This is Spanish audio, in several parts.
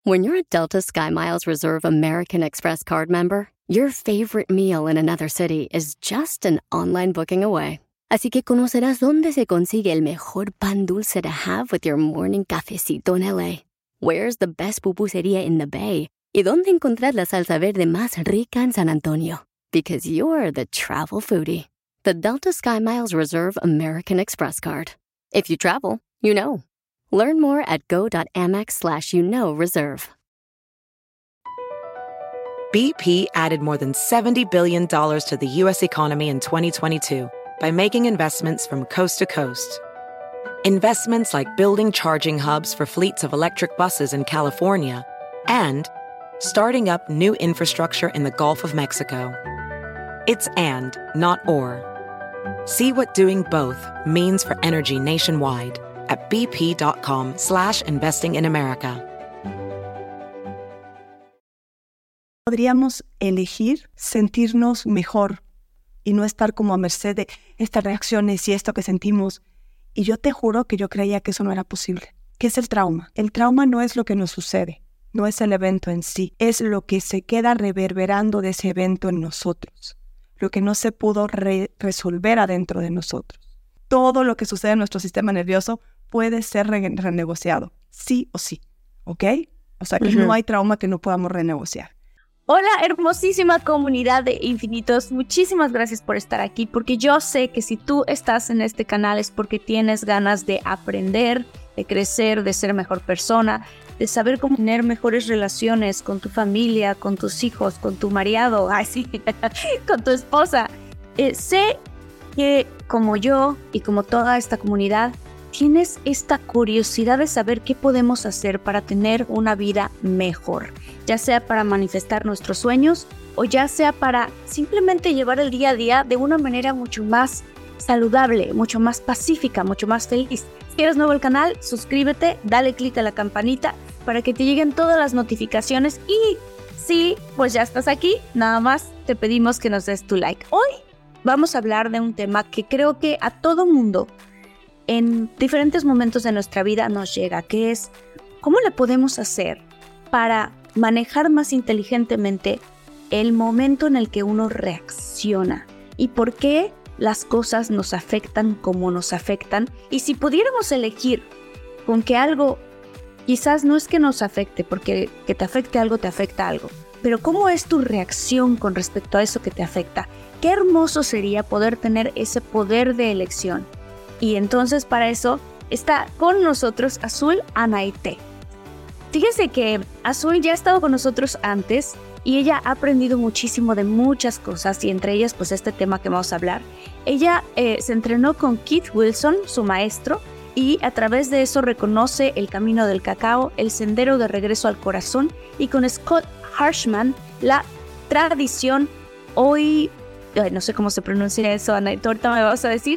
When you're a Delta SkyMiles Reserve American Express card member, your favorite meal in another city is just an online booking away. Así que conocerás dónde se consigue el mejor pan dulce to have with your morning cafecito en LA. Where's the best pupusería in the Bay? Y dónde encontrar la salsa verde más rica en San Antonio. Because you're the travel foodie. The Delta SkyMiles Reserve American Express card. If you travel, you know. Learn more at go.amex/reserve. BP added more than $70 billion to the U.S. economy in 2022 by making investments from coast to coast. Investments like building charging hubs for fleets of electric buses in California and starting up new infrastructure in the Gulf of Mexico. It's and, not or. See what doing both means for energy nationwide at bp.com/investing in America. Podríamos elegir sentirnos mejor y no estar como a merced de estas reacciones y esto que sentimos. Y yo te juro que yo creía que eso no era posible. ¿Qué es el trauma? El trauma no es lo que nos sucede, no es el evento en sí, es lo que se queda reverberando de ese evento en nosotros, lo que no se pudo resolver adentro de nosotros. Todo lo que sucede en nuestro sistema nervioso puede ser renegociado, sí o sí, ¿ok? O sea que no hay trauma que no podamos renegociar. Hola, hermosísima comunidad de infinitos. Muchísimas gracias por estar aquí, porque yo sé que si tú estás en este canal es porque tienes ganas de aprender, de crecer, de ser mejor persona, de saber cómo tener mejores relaciones con tu familia, con tus hijos, con tu marido, con tu esposa. Sé que como yo y como toda esta comunidad, tienes esta curiosidad de saber qué podemos hacer para tener una vida mejor, ya sea para manifestar nuestros sueños o ya sea para simplemente llevar el día a día de una manera mucho más saludable, mucho más pacífica, mucho más feliz. Si eres nuevo al canal, suscríbete, dale click a la campanita para que te lleguen todas las notificaciones y si pues ya estás aquí, nada más te pedimos que nos des tu like. Hoy vamos a hablar de un tema que creo que a todo mundo en diferentes momentos de nuestra vida nos llega, que es ¿cómo le podemos hacer para manejar más inteligentemente el momento en el que uno reacciona? ¿Y por qué las cosas nos afectan como nos afectan? Y si pudiéramos elegir con que algo, quizás no es que nos afecte, porque que te afecte algo, te afecta algo, pero ¿cómo es tu reacción con respecto a eso que te afecta? Qué hermoso sería poder tener ese poder de elección. Y entonces para eso está con nosotros Azul Anaite. Fíjense que Azul ya ha estado con nosotros antes y ella ha aprendido muchísimo de muchas cosas y entre ellas pues este tema que vamos a hablar. Ella se entrenó con Keith Wilson, su maestro, y a través de eso reconoce el camino del cacao, el sendero de regreso al corazón y con Scott Harshman la tradición hoy, no sé cómo se pronuncia eso, Anaite, ahorita me vas a decir,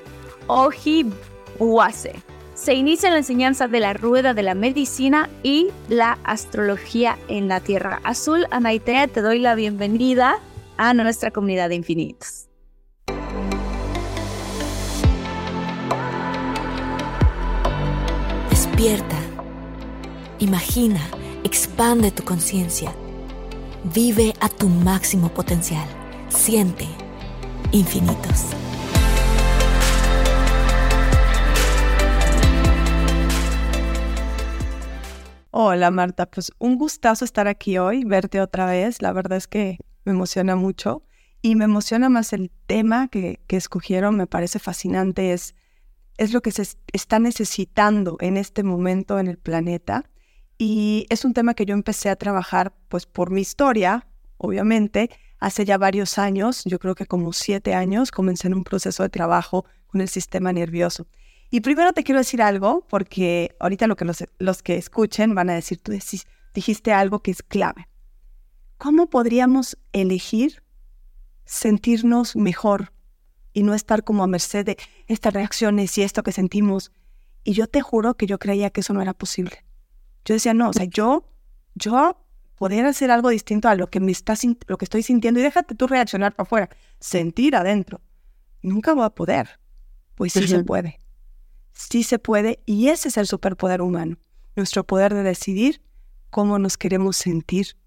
Ojibwase. Se inicia la enseñanza de la rueda de la medicina y la astrología en la Tierra. Azul Anaite, te doy la bienvenida a nuestra comunidad de infinitos. Despierta, imagina, expande tu conciencia, vive a tu máximo potencial, siente infinitos. Hola Marta, pues un gustazo estar aquí hoy, verte otra vez, la verdad es que me emociona mucho y me emociona más el tema que escogieron, me parece fascinante, es lo que se está necesitando en este momento en el planeta y es un tema que yo empecé a trabajar pues por mi historia, obviamente, hace ya varios años, yo creo que como 7 años, comencé en un proceso de trabajo con el sistema nervioso. Y primero te quiero decir algo, porque ahorita lo que los que escuchen van a decir, tú dijiste algo que es clave. ¿Cómo podríamos elegir sentirnos mejor y no estar como a merced de estas reacciones y esto que sentimos? Y yo te juro que yo creía que eso no era posible. Yo decía, no, o sea, yo poder hacer algo distinto a lo que lo que estoy sintiendo y déjate tú reaccionar para afuera, sentir adentro. Nunca voy a poder. Pues sí se puede. Sí se puede y ese es el superpoder humano. Nuestro poder de decidir cómo nos queremos sentir.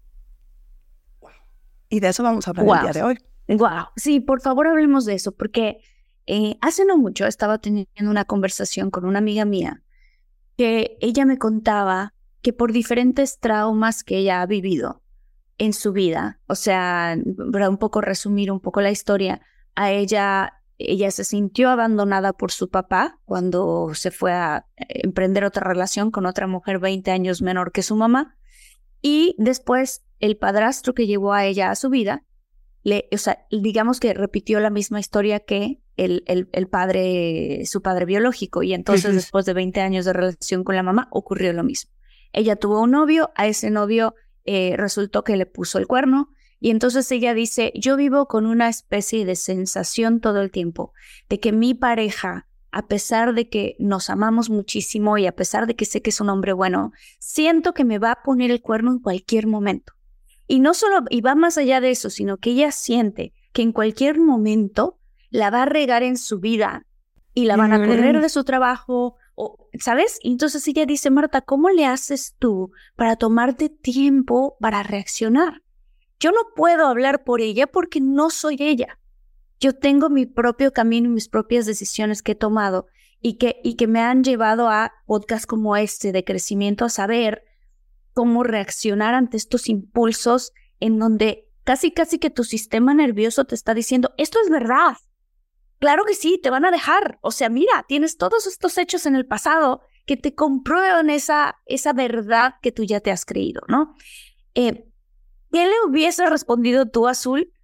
Y de eso vamos a hablar el día de hoy. Wow. Sí, por favor hablemos de eso, porque hace no mucho estaba teniendo una conversación con una amiga mía que ella me contaba que por diferentes traumas que ella ha vivido en su vida, o sea, para un poco resumir un poco la historia, a ella se sintió abandonada por su papá cuando se fue a emprender otra relación con otra mujer 20 años menor que su mamá, y después el padrastro que llevó a ella a su vida, digamos que repitió la misma historia que el padre, su padre biológico, y entonces después de 20 años de relación con la mamá ocurrió lo mismo. Ella tuvo un novio, a ese novio resultó que le puso el cuerno, y entonces ella dice, yo vivo con una especie de sensación todo el tiempo de que mi pareja, a pesar de que nos amamos muchísimo y a pesar de que sé que es un hombre bueno, siento que me va a poner el cuerno en cualquier momento. Y no solo, y va más allá de eso, sino que ella siente que en cualquier momento la va a regar en su vida y la van a correr de su trabajo, ¿sabes? Y entonces ella dice, Marta, ¿cómo le haces tú para tomarte tiempo para reaccionar? Yo no puedo hablar por ella porque no soy ella. Yo tengo mi propio camino y mis propias decisiones que he tomado y que me han llevado a podcasts como este de crecimiento, a saber cómo reaccionar ante estos impulsos en donde casi que tu sistema nervioso te está diciendo, esto es verdad. Claro que sí, te van a dejar. O sea, mira, tienes todos estos hechos en el pasado que te comprueban esa verdad que tú ya te has creído, ¿no? ¿Qué le hubiese respondido tú, Azul,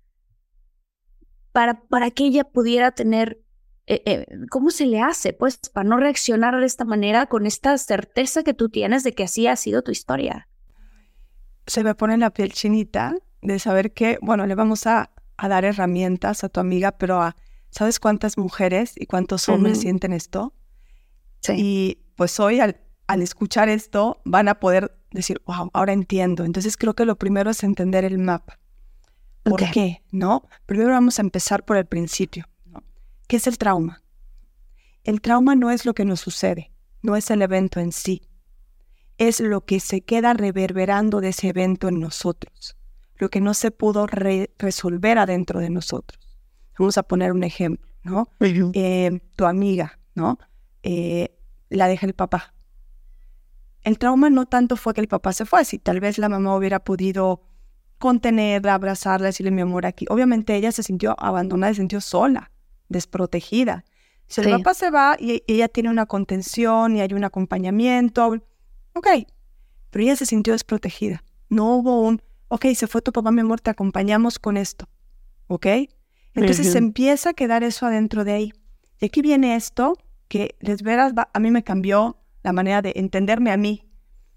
para que ella pudiera tener, cómo se le hace, pues, para no reaccionar de esta manera con esta certeza que tú tienes de que así ha sido tu historia? Se me pone la piel chinita de saber que, bueno, le vamos a dar herramientas a tu amiga, pero ¿sabes cuántas mujeres y cuántos hombres sienten esto? Sí. Y pues hoy al escuchar esto van a poder decir, wow, ahora entiendo. Entonces creo que lo primero es entender el mapa. ¿Por qué? ¿No? Primero vamos a empezar por el principio, ¿no? ¿Qué es el trauma? El trauma no es lo que nos sucede, no es el evento en sí. Es lo que se queda reverberando de ese evento en nosotros, lo que no se pudo resolver adentro de nosotros. Vamos a poner un ejemplo, ¿no? Tu amiga, ¿no? La deja el papá. El trauma no tanto fue que el papá se fue, si tal vez la mamá hubiera podido contenerla, abrazarla, decirle mi amor aquí. Obviamente ella se sintió abandonada, se sintió sola, desprotegida. Si el papá se va y ella tiene una contención y hay un acompañamiento, ok, pero ella se sintió desprotegida. No hubo se fue tu papá, mi amor, te acompañamos con esto, ¿ok? Entonces se empieza a quedar eso adentro de ahí. Y aquí viene esto que, les verás, a mí me cambió la manera de entenderme a mí.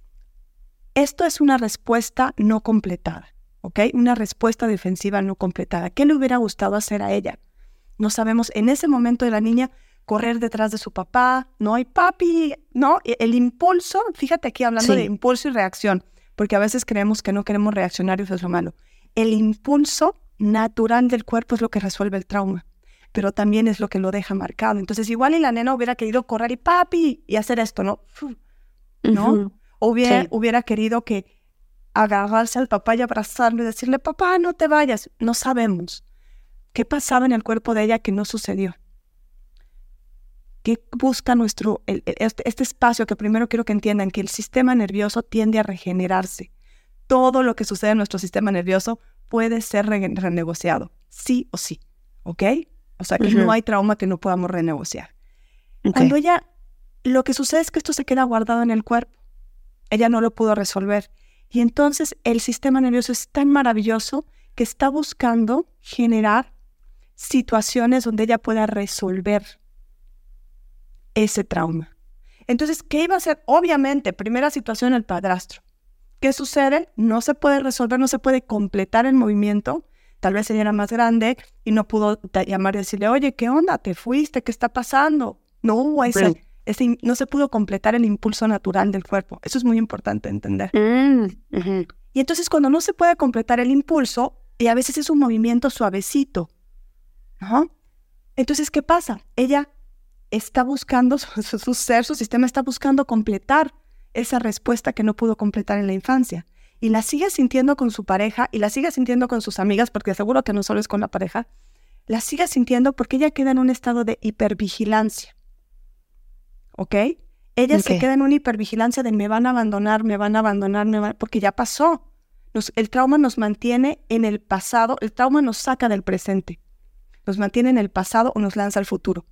Esto es una respuesta no completada, ¿ok? Una respuesta defensiva no completada. ¿Qué le hubiera gustado hacer a ella? No sabemos, en ese momento de la niña, correr detrás de su papá, ¿no? Y papi, ¿no? El impulso, fíjate aquí hablando de impulso y reacción, porque a veces creemos que no queremos reaccionar y eso es lo malo. El impulso natural del cuerpo es lo que resuelve el trauma, pero también es lo que lo deja marcado. Entonces igual y la nena hubiera querido correr y papi, y hacer esto, ¿no? ¿No? Hubiera querido que agarrarse al papá y abrazarlo y decirle, papá, no te vayas. No sabemos qué pasaba en el cuerpo de ella que no sucedió. ¿Qué busca este espacio? Que primero quiero que entiendan que el sistema nervioso tiende a regenerarse. Todo lo que sucede en nuestro sistema nervioso puede ser renegociado, sí o sí, ¿ok? O sea, que no hay trauma que no podamos renegociar. Cuando ella, lo que sucede es que esto se queda guardado en el cuerpo. Ella no lo pudo resolver. Y entonces el sistema nervioso es tan maravilloso que está buscando generar situaciones donde ella pueda resolver ese trauma. Entonces, ¿qué iba a hacer? Obviamente, primera situación, el padrastro. ¿Qué sucede? No se puede resolver, no se puede completar el movimiento. Tal vez ella era más grande y no pudo llamar y decirle, oye, ¿qué onda? ¿Te fuiste? ¿Qué está pasando? No hubo no se pudo completar el impulso natural del cuerpo. Eso es muy importante entender. Y entonces cuando no se puede completar el impulso, y a veces es un movimiento suavecito, ¿no? Entonces, ¿qué pasa? Ella está buscando, su sistema está buscando completar esa respuesta que no pudo completar en la infancia. Y la sigue sintiendo con su pareja y la sigue sintiendo con sus amigas, porque seguro que no solo es con la pareja, la sigue sintiendo porque ella queda en un estado de hipervigilancia. ¿Ok? Ella se queda en una hipervigilancia de me van a abandonar, porque ya pasó. El trauma nos mantiene en el pasado, el trauma nos saca del presente. Nos mantiene en el pasado o nos lanza al futuro.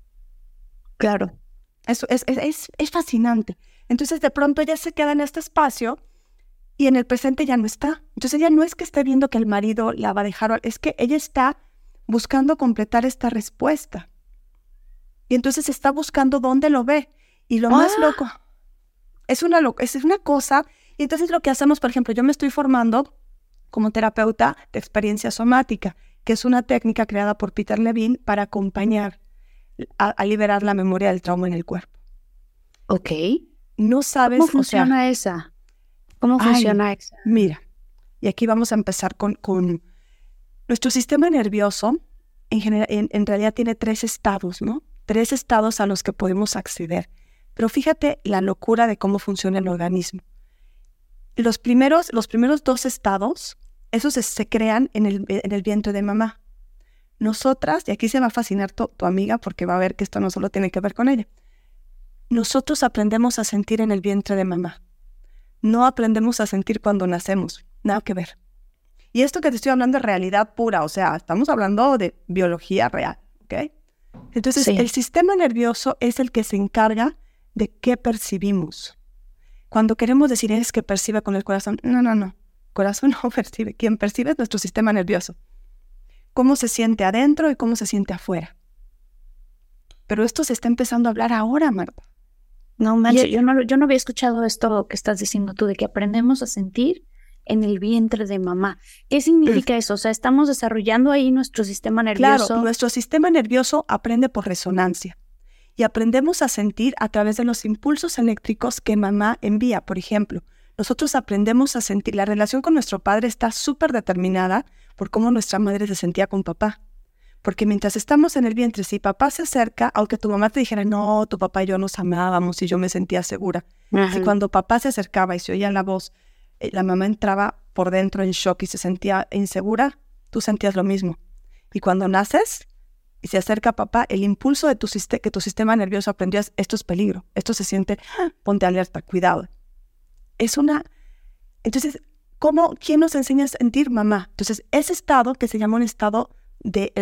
Claro. Eso es fascinante. Entonces, de pronto ella se queda en este espacio y en el presente ya no está. Entonces, ella no es que esté viendo que el marido la va a dejar, es que ella está buscando completar esta respuesta. Y entonces está buscando dónde lo ve. Y lo más loco, es una cosa. Y entonces lo que hacemos, por ejemplo, yo me estoy formando como terapeuta de experiencia somática, que es una técnica creada por Peter Levine para acompañar a liberar la memoria del trauma en el cuerpo. Ok. No sabes... ¿Cómo funciona esa? ¿Cómo funciona esa? Mira, y aquí vamos a empezar con nuestro sistema nervioso. En realidad tiene 3 estados, ¿no? 3 estados a los que podemos acceder. Pero fíjate la locura de cómo funciona el organismo. Los primeros 2 estados, esos se crean en el vientre de mamá. Nosotras, y aquí se va a fascinar tu amiga porque va a ver que esto no solo tiene que ver con ella. Nosotros aprendemos a sentir en el vientre de mamá. No aprendemos a sentir cuando nacemos. Nada que ver. Y esto que te estoy hablando es realidad pura, o sea, estamos hablando de biología real, ¿ok? Entonces, el sistema nervioso es el que se encarga de qué percibimos. Cuando queremos decir es que percibe con el corazón, no. Corazón no percibe. Quien percibe es nuestro sistema nervioso. Cómo se siente adentro y cómo se siente afuera. Pero esto se está empezando a hablar ahora, Marta. No manches, yo no había escuchado esto que estás diciendo tú, de que aprendemos a sentir en el vientre de mamá. ¿Qué significa eso? O sea, estamos desarrollando ahí nuestro sistema nervioso. Claro, nuestro sistema nervioso aprende por resonancia. Y aprendemos a sentir a través de los impulsos eléctricos que mamá envía. Por ejemplo, nosotros aprendemos a sentir. La relación con nuestro padre está súper determinada por cómo nuestra madre se sentía con papá. Porque mientras estamos en el vientre, si papá se acerca, aunque tu mamá te dijera, no, tu papá y yo nos amábamos y yo me sentía segura. Si cuando papá se acercaba y se oía la voz, la mamá entraba por dentro en shock y se sentía insegura, tú sentías lo mismo. Y cuando naces y se acerca papá, el impulso de que tu sistema nervioso aprendió es, esto es peligro, esto se siente, ponte alerta, cuidado. Entonces, ¿quién nos enseña a sentir? Mamá. Entonces, ese estado que se llama un estado de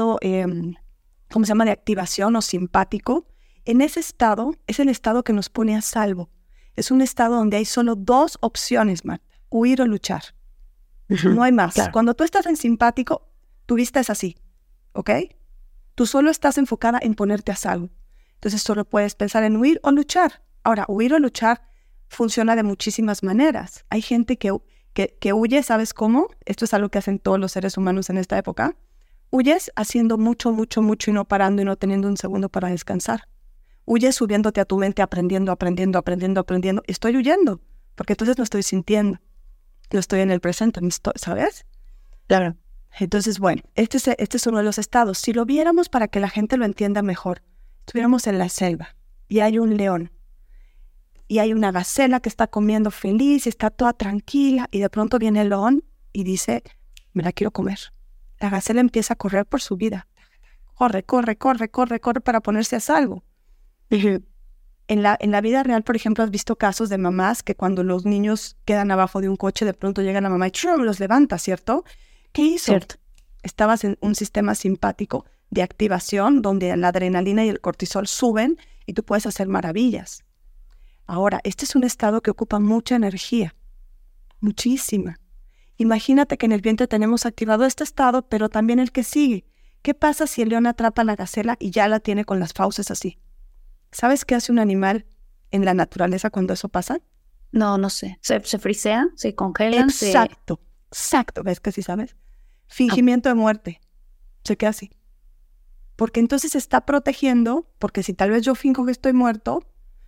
activación o simpático, en ese estado es el estado que nos pone a salvo. Es un estado donde hay solo 2 opciones, Marta, huir o luchar. No hay más. Claro. Cuando tú estás en simpático, tu vista es así, ¿ok? Tú solo estás enfocada en ponerte a salvo. Entonces solo puedes pensar en huir o luchar. Ahora, huir o luchar funciona de muchísimas maneras. Hay gente que huye, ¿sabes cómo? Esto es algo que hacen todos los seres humanos en esta época. Huyes haciendo mucho y no parando y no teniendo un segundo para descansar. Huyes subiéndote a tu mente, aprendiendo. Estoy huyendo, porque entonces no estoy sintiendo. No estoy en el presente, ¿sabes? Claro. Entonces, bueno, este es uno de los estados. Si lo viéramos para que la gente lo entienda mejor, estuviéramos en la selva y hay un león y hay una gacela que está comiendo feliz y está toda tranquila y de pronto viene el león y dice, me la quiero comer. La gacela empieza a correr por su vida. Corre para ponerse a salvo. En la vida real, por ejemplo, has visto casos de mamás que cuando los niños quedan abajo de un coche, de pronto llega la mamá y los levanta, ¿cierto? ¿Qué hizo? Cierto. Estabas en un sistema simpático de activación donde la adrenalina y el cortisol suben y tú puedes hacer maravillas. Ahora, este es un estado que ocupa mucha energía, muchísima. Imagínate que en el vientre tenemos activado este estado, pero también el que sigue. ¿Qué pasa si el león atrapa a la gacela y ya la tiene con las fauces así? ¿Sabes qué hace un animal en la naturaleza cuando eso pasa? No sé. ¿Se frisean? ¿Se congelan? Exacto. ¿Ves que sí sabes? Fingimiento de muerte. Se queda así. Porque entonces se está protegiendo, porque si tal vez yo finjo que estoy muerto,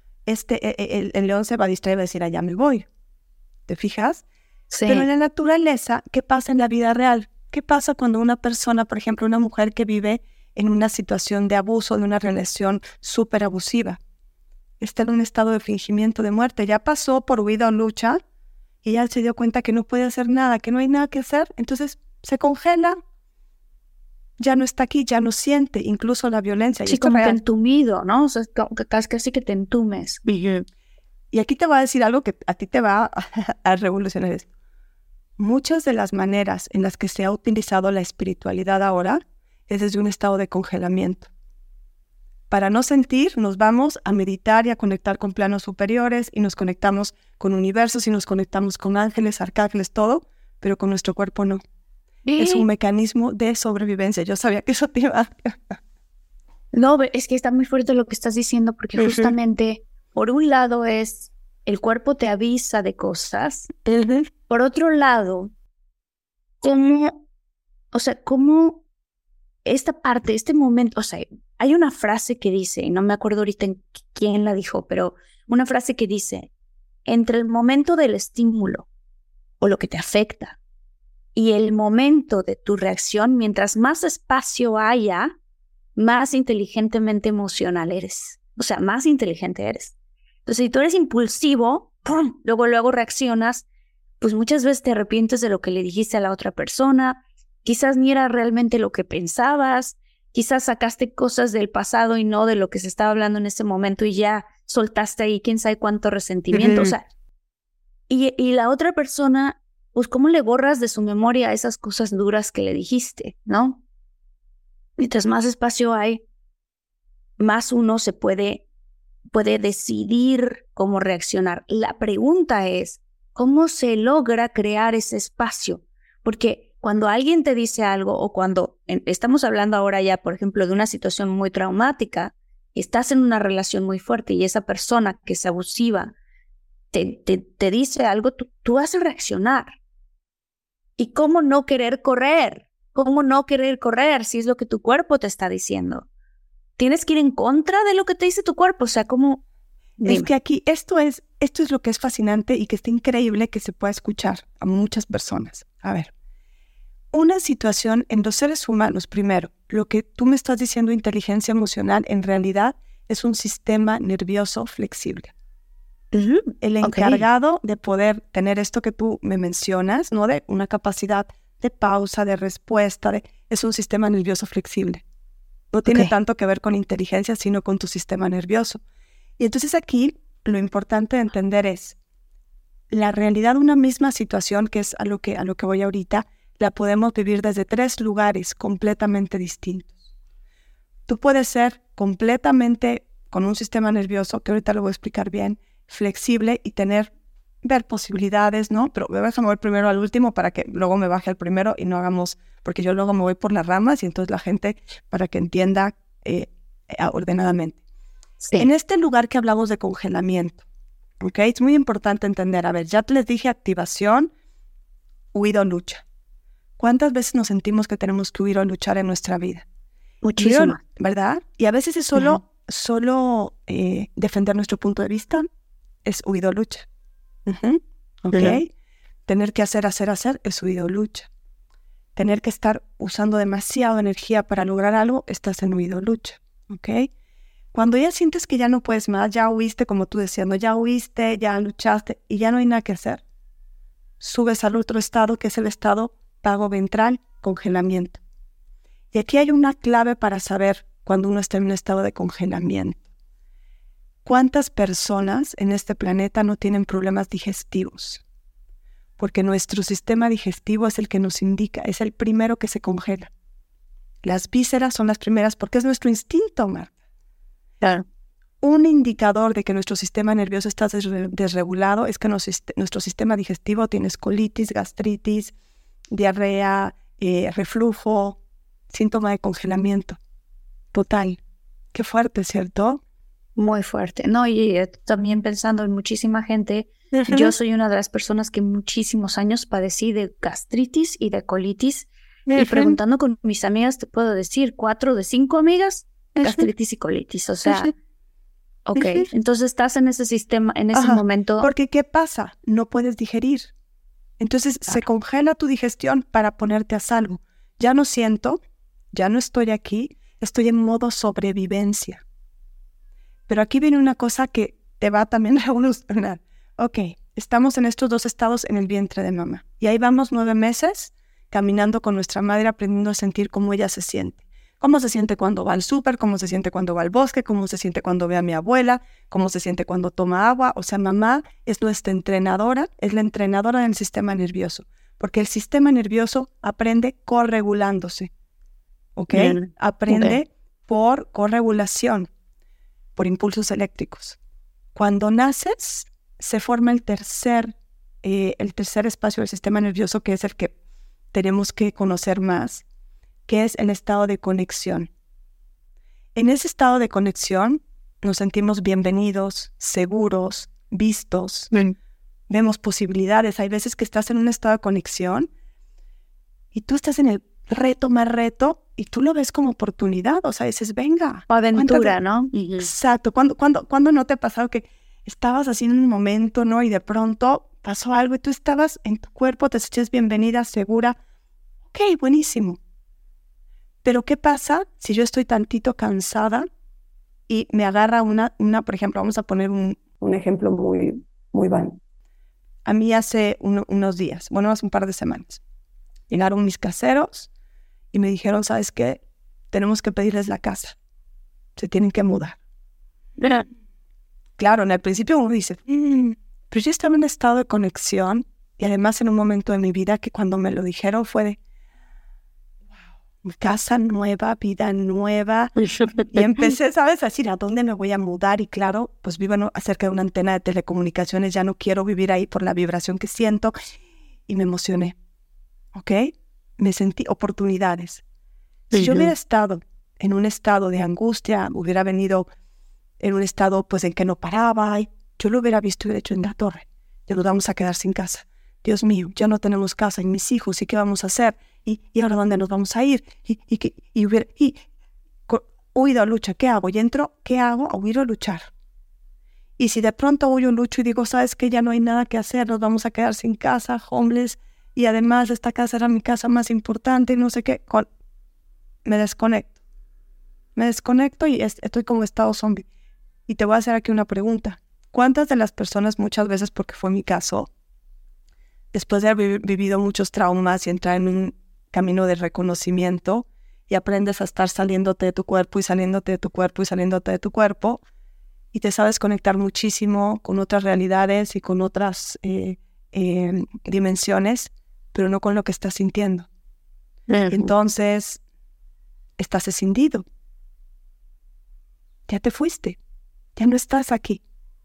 el león se va a distraer y va a decir, ya me voy. ¿Te fijas? Sí. Pero en la naturaleza, ¿qué pasa en la vida real? ¿Qué pasa cuando una persona, por ejemplo, una mujer que vive en una situación de abuso, de una relación súper abusiva? está en un estado de fingimiento de muerte. Ya pasó por huida o lucha y ya se dio cuenta que no puede hacer nada, que no hay nada que hacer. Entonces se congela, ya no está aquí, ya no siente incluso la violencia. Sí, como que entumido, ¿no? O sea, casi que te entumes. Y aquí te voy a decir algo que a ti te va a revolucionar esto. Muchas de las maneras en las que se ha utilizado la espiritualidad ahora es desde un estado de congelamiento. Para no sentir, nos vamos a meditar y a conectar con planos superiores y nos conectamos con universos y nos conectamos con ángeles, arcángeles, todo, pero con nuestro cuerpo no. Es un mecanismo de sobrevivencia. Yo sabía que eso te iba. No, es que está muy fuerte lo que estás diciendo porque justamente, por un lado es el cuerpo te avisa de cosas. Por otro lado, cómo esta parte, este momento, o sea, hay una frase que dice, y no me acuerdo ahorita quién la dijo, pero una frase que dice, entre el momento del estímulo o lo que te afecta y el momento de tu reacción, mientras más espacio haya, más inteligentemente emocional eres. O sea, más inteligente eres. Entonces, si tú eres impulsivo, ¡pum!, luego reaccionas, pues muchas veces te arrepientes de lo que le dijiste a la otra persona, quizás ni era realmente lo que pensabas, quizás sacaste cosas del pasado y no de lo que se estaba hablando en ese momento y ya soltaste ahí quién sabe cuánto resentimiento, o sea, y la otra persona, pues cómo le borras de su memoria esas cosas duras que le dijiste, ¿no? Mientras más espacio hay, más uno se puede decidir cómo reaccionar. La pregunta es, ¿cómo se logra crear ese espacio? Porque cuando alguien te dice algo o cuando estamos hablando ahora ya, por ejemplo, de una situación muy traumática, estás en una relación muy fuerte y esa persona que es abusiva te dice algo, tú vas a reaccionar. ¿Y cómo no querer correr? ¿Cómo no querer correr si es lo que tu cuerpo te está diciendo? Tienes que ir en contra de lo que te dice tu cuerpo, o sea, ¿cómo? Dime. Es que aquí esto es lo que es fascinante y que está increíble que se pueda escuchar a muchas personas. A ver, una situación en los seres humanos, primero, lo que tú me estás diciendo, inteligencia emocional, en realidad es un sistema nervioso flexible. El encargado de poder tener esto que tú me mencionas, ¿no? De una capacidad de pausa, de respuesta, es un sistema nervioso flexible. No tiene tanto que ver con inteligencia, sino con tu sistema nervioso. Y entonces aquí lo importante de entender es la realidad de una misma situación, que es a lo que voy ahorita, la podemos vivir desde 3 lugares completamente distintos. Tú puedes ser completamente con un sistema nervioso, que ahorita lo voy a explicar bien, flexible y ver posibilidades, ¿no? Pero déjame ver primero al último para que luego me baje al primero y no hagamos, porque yo luego me voy por las ramas y entonces la gente, para que entienda ordenadamente. Sí. En este lugar que hablamos de congelamiento, ¿ok? Es muy importante entender, a ver, ya les dije activación, huida o lucha. ¿Cuántas veces nos sentimos que tenemos que huir o luchar en nuestra vida? Muchísimo. ¿Verdad? Y a veces es solo defender nuestro punto de vista, es huida o lucha. ¿Ok? Tener que hacer es huida o lucha. Tener que estar usando demasiada energía para lograr algo, estás en huida o lucha. ¿Ok? Cuando ya sientes que ya no puedes más, ya huiste, como tú decías, ¿no? Ya huiste, ya luchaste y ya no hay nada que hacer, subes al otro estado, que es el estado vago ventral, congelamiento. Y aquí hay una clave para saber cuando uno está en un estado de congelamiento. ¿Cuántas personas en este planeta no tienen problemas digestivos? Porque nuestro sistema digestivo es el que nos indica, es el primero que se congela. Las vísceras son las primeras porque es nuestro instinto, Marta. Claro. Un indicador de que nuestro sistema nervioso está desregulado es que nuestro sistema digestivo tiene colitis, gastritis, diarrea, reflujo, síntoma de congelamiento. Total. Qué fuerte, ¿cierto? Muy fuerte. No, y también pensando en muchísima gente, yo soy una de las personas que muchísimos años padecí de gastritis y de colitis. Y preguntando con mis amigas, te puedo decir, 4 de 5 amigas, gastritis y colitis. O sea, entonces estás en ese sistema, en ese momento. Porque ¿qué pasa? No puedes digerir. Entonces se congela tu digestión para ponerte a salvo. Ya no siento, ya no estoy aquí, estoy en modo sobrevivencia. Pero aquí viene una cosa que te va también a revolucionar. Ok, estamos en estos 2 estados en el vientre de mamá. Y ahí vamos 9 meses caminando con nuestra madre, aprendiendo a sentir cómo ella se siente. Cómo se siente cuando va al súper, cómo se siente cuando va al bosque, cómo se siente cuando ve a mi abuela, cómo se siente cuando toma agua. O sea, mamá es nuestra entrenadora, es la entrenadora del sistema nervioso. Porque el sistema nervioso aprende corregulándose. ¿Ok? Aprende por corregulación, por impulsos eléctricos. Cuando naces, se forma el tercer espacio del sistema nervioso, que es el que tenemos que conocer más, que es el estado de conexión. En ese estado de conexión nos sentimos bienvenidos, seguros, vistos, vemos posibilidades. Hay veces que estás en un estado de conexión y tú estás en el reto más reto y tú lo ves como oportunidad, o sea, dices, venga. O aventura, ¿no? Exacto. ¿Cuándo no te ha pasado que estabas así en un momento, ¿no? Y de pronto pasó algo y tú estabas en tu cuerpo, te sentías bienvenida, segura. Ok, buenísimo. Pero ¿qué pasa si yo estoy tantito cansada y me agarra una por ejemplo, vamos a poner un ejemplo muy, muy banal. A mí hace unos días, bueno, hace un par de semanas, llegaron mis caseros y me dijeron, ¿sabes qué? Tenemos que pedirles la casa. Se tienen que mudar. Claro, en el principio uno dice, pero yo estaba en un estado de conexión y además en un momento de mi vida que cuando me lo dijeron fue de, wow, casa nueva, vida nueva. Y empecé, ¿sabes? A decir, ¿a dónde me voy a mudar? Y claro, pues vivo cerca de una antena de telecomunicaciones, ya no quiero vivir ahí por la vibración que siento. Y me emocioné, ¿ok? Me sentí oportunidades. Si yo hubiera estado en un estado de angustia, hubiera venido en un estado pues en que no paraba, yo lo hubiera visto y hubiera hecho en la torre. Ya nos vamos a quedar sin casa. Dios mío, ya no tenemos casa y mis hijos, ¿y qué vamos a hacer? ¿Y ahora dónde nos vamos a ir? Huido, lucha, ¿qué hago? Y entro, ¿qué hago? A huir o luchar. Y si de pronto huyo, lucho y digo, ¿sabes qué? Ya no hay nada que hacer, nos vamos a quedar sin casa, homeless, y además esta casa era mi casa más importante, no sé qué, me desconecto. Me desconecto y estoy como estado zombie. Y te voy a hacer aquí una pregunta. ¿Cuántas de las personas, muchas veces, porque fue mi caso, después de haber vivido muchos traumas y entrar en un camino de reconocimiento y aprendes a estar saliéndote de tu cuerpo y saliéndote de tu cuerpo y saliéndote de tu cuerpo y te sabes conectar muchísimo con otras realidades y con otras dimensiones, pero no con lo que estás sintiendo? Entonces, estás escindido. Ya te fuiste. Ya no estás aquí.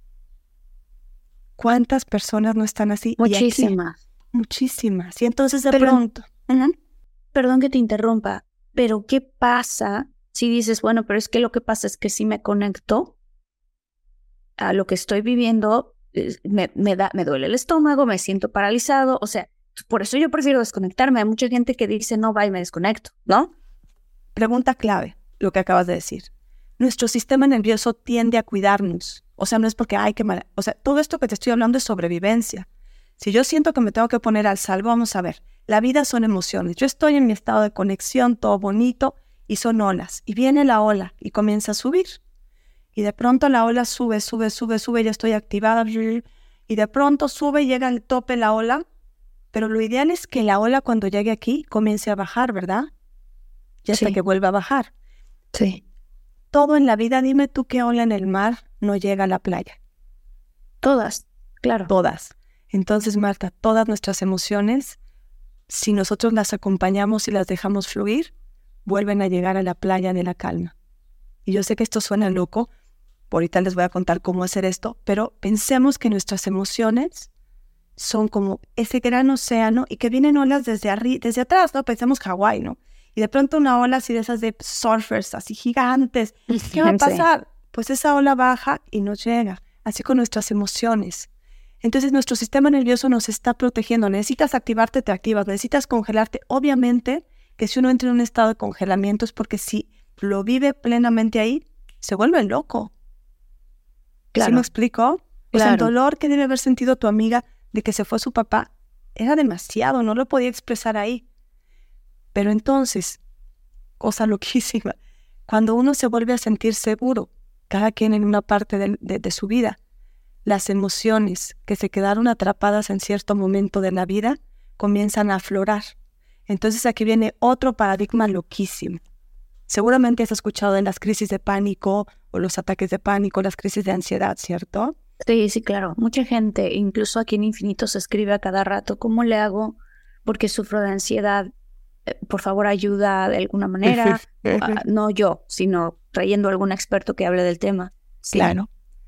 ¿Cuántas personas no están así? Muchísimas. Muchísimas. Y entonces de pronto... Perdón que te interrumpa, pero ¿qué pasa si dices, bueno, pero es que lo que pasa es que si me conecto a lo que estoy viviendo, me duele el estómago, me siento paralizado, o sea, por eso yo prefiero desconectarme. Hay mucha gente que dice, no, va y me desconecto, ¿no? Pregunta clave, lo que acabas de decir. Nuestro sistema nervioso tiende a cuidarnos. O sea, no es porque, ay, qué mal. O sea, todo esto que te estoy hablando es sobrevivencia. Si yo siento que me tengo que poner al salvo, vamos a ver. La vida son emociones. Yo estoy en mi estado de conexión, todo bonito, y son olas. Y viene la ola y comienza a subir. Y de pronto la ola sube, ya estoy activada. Y de pronto sube y llega al tope la ola. Pero lo ideal es que la ola cuando llegue aquí comience a bajar, ¿verdad? Y hasta que vuelva a bajar. Sí. Todo en la vida, dime tú qué ola en el mar no llega a la playa. Todas, claro. Todas. Entonces, Marta, todas nuestras emociones, si nosotros las acompañamos y las dejamos fluir, vuelven a llegar a la playa de la calma. Y yo sé que esto suena loco, ahorita les voy a contar cómo hacer esto, pero pensemos que nuestras emociones son como ese gran océano y que vienen olas desde atrás, ¿no? Pensemos Hawái, ¿no? Y de pronto una ola así de esas de surfers, así gigantes. ¿Qué va a pasar? Pues esa ola baja y nos llega. Así con nuestras emociones. Entonces nuestro sistema nervioso nos está protegiendo. Necesitas activarte, te activas. Necesitas congelarte. Obviamente que si uno entra en un estado de congelamiento es porque si lo vive plenamente ahí, se vuelve loco. Claro. ¿Sí me explico? Claro. O sea, el dolor que debe haber sentido tu amiga de que se fue su papá era demasiado. No lo podía expresar ahí. Pero entonces, cosa loquísima, cuando uno se vuelve a sentir seguro, cada quien en una parte de su vida. Las emociones que se quedaron atrapadas en cierto momento de la vida comienzan a aflorar. Entonces aquí viene otro paradigma loquísimo. Seguramente has escuchado de las crisis de pánico o los ataques de pánico, las crisis de ansiedad, ¿cierto? Sí, sí, claro. Mucha gente, incluso aquí en Infinito, se escribe a cada rato, ¿cómo le hago? Porque sufro de ansiedad. Por favor, ayuda de alguna manera. No yo, sino trayendo a algún experto que hable del tema. Sí. Claro.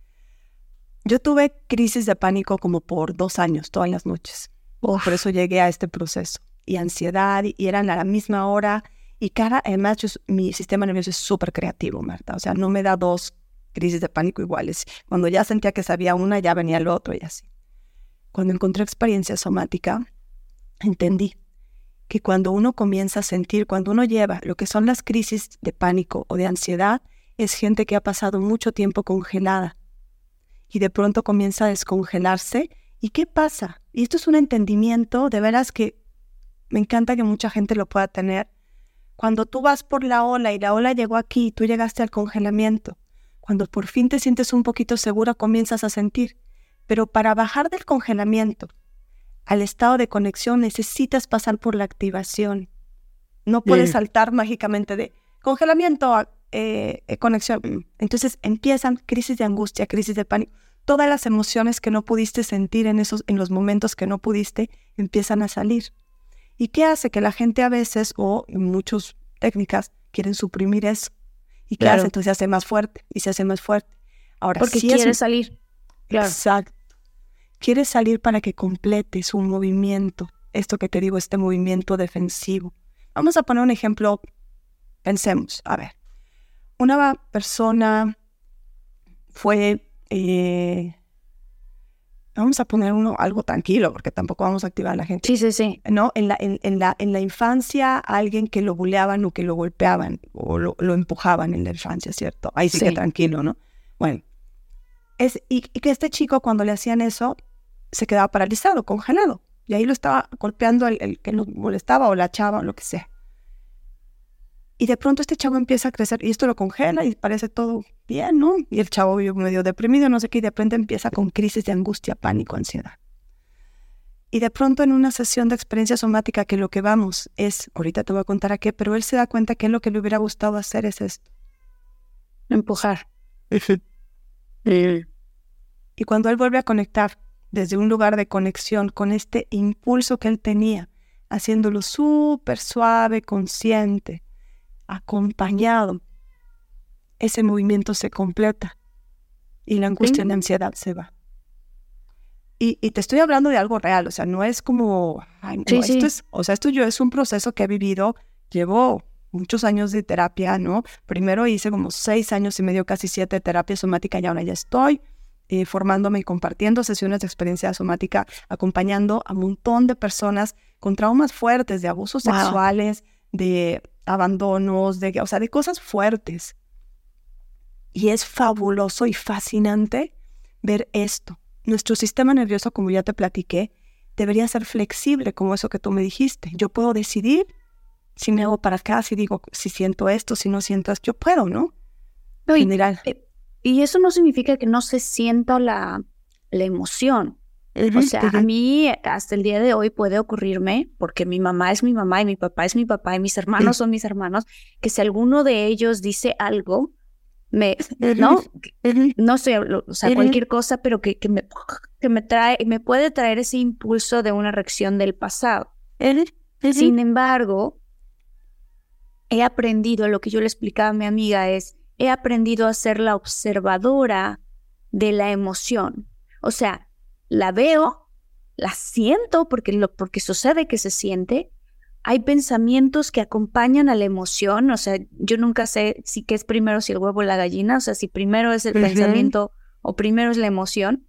Yo tuve crisis de pánico como por 2 años, todas las noches. Por eso llegué a este proceso. Y ansiedad, y eran a la misma hora. Y además, mi sistema nervioso es súper creativo, Marta. O sea, no me da 2 crisis de pánico iguales. Cuando ya sentía que sabía una, ya venía el otro y así. Cuando encontré experiencia somática, entendí que cuando uno comienza a sentir, cuando uno lleva lo que son las crisis de pánico o de ansiedad, es gente que ha pasado mucho tiempo congelada y de pronto comienza a descongelarse. ¿Y qué pasa? Y esto es un entendimiento de veras que me encanta que mucha gente lo pueda tener. Cuando tú vas por la ola y la ola llegó aquí y tú llegaste al congelamiento, cuando por fin te sientes un poquito segura, comienzas a sentir. Pero para bajar del congelamiento al estado de conexión necesitas pasar por la activación. No puedes saltar mágicamente de congelamiento a conexión. Entonces empiezan crisis de angustia, crisis de pánico. Todas las emociones que no pudiste sentir en los momentos que no pudiste empiezan a salir. ¿Y qué hace? Que la gente a veces, o en muchas técnicas, quieren suprimir eso. ¿Y qué hace? Entonces se hace más fuerte y se hace más fuerte. Ahora, porque si quiere salir. Claro. Exacto. Quieres salir para que completes un movimiento. Esto que te digo, este movimiento defensivo. Vamos a poner un ejemplo. Pensemos, a ver. Una persona fue... vamos a poner algo tranquilo, porque tampoco vamos a activar a la gente. Sí. ¿No? En la infancia, alguien que lo buleaban o que lo golpeaban o lo empujaban en la infancia, ¿cierto? Ahí sí que tranquilo, ¿no? Bueno, y que este chico cuando le hacían eso, se quedaba paralizado, congelado. Y ahí lo estaba golpeando el que lo molestaba o la chava o lo que sea. Y de pronto este chavo empieza a crecer y esto lo congela y parece todo bien, ¿no? Y el chavo vive medio deprimido, no sé qué, y de pronto empieza con crisis de angustia, pánico, ansiedad. Y de pronto en una sesión de experiencia somática que lo que vamos es, ahorita te voy a contar a qué, pero él se da cuenta que lo que le hubiera gustado hacer es esto. Empujar. Y cuando él vuelve a conectar desde un lugar de conexión con este impulso que él tenía, haciéndolo súper suave, consciente, acompañado, ese movimiento se completa y la angustia y la ansiedad se va. Y te estoy hablando de algo real, o sea, no es como, ay, no, esto yo es un proceso que he vivido, llevo muchos años de terapia, ¿no? Primero hice como 6 años y medio, casi 7 de terapia somática y ahora ya estoy formándome y compartiendo sesiones de experiencia somática, acompañando a un montón de personas con traumas fuertes, de abusos sexuales, de abandonos, de cosas fuertes. Y es fabuloso y fascinante ver esto. Nuestro sistema nervioso, como ya te platiqué, debería ser flexible, como eso que tú me dijiste. Yo puedo decidir si me hago para acá, si digo, si siento esto, si no siento esto, yo puedo, ¿no? No, general. Y eso no significa que no se sienta la emoción. O sea, a mí hasta el día de hoy puede ocurrirme, porque mi mamá es mi mamá y mi papá es mi papá y mis hermanos son mis hermanos, que si alguno de ellos dice algo, no estoy, o sea, cualquier cosa, pero que me puede traer ese impulso de una reacción del pasado. Sin embargo, he aprendido, lo que yo le explicaba a mi amiga he aprendido a ser la observadora de la emoción. O sea, la veo, la siento porque sucede que se siente. Hay pensamientos que acompañan a la emoción. O sea, yo nunca sé si qué es primero, si el huevo o la gallina. O sea, si primero es el pensamiento o primero es la emoción.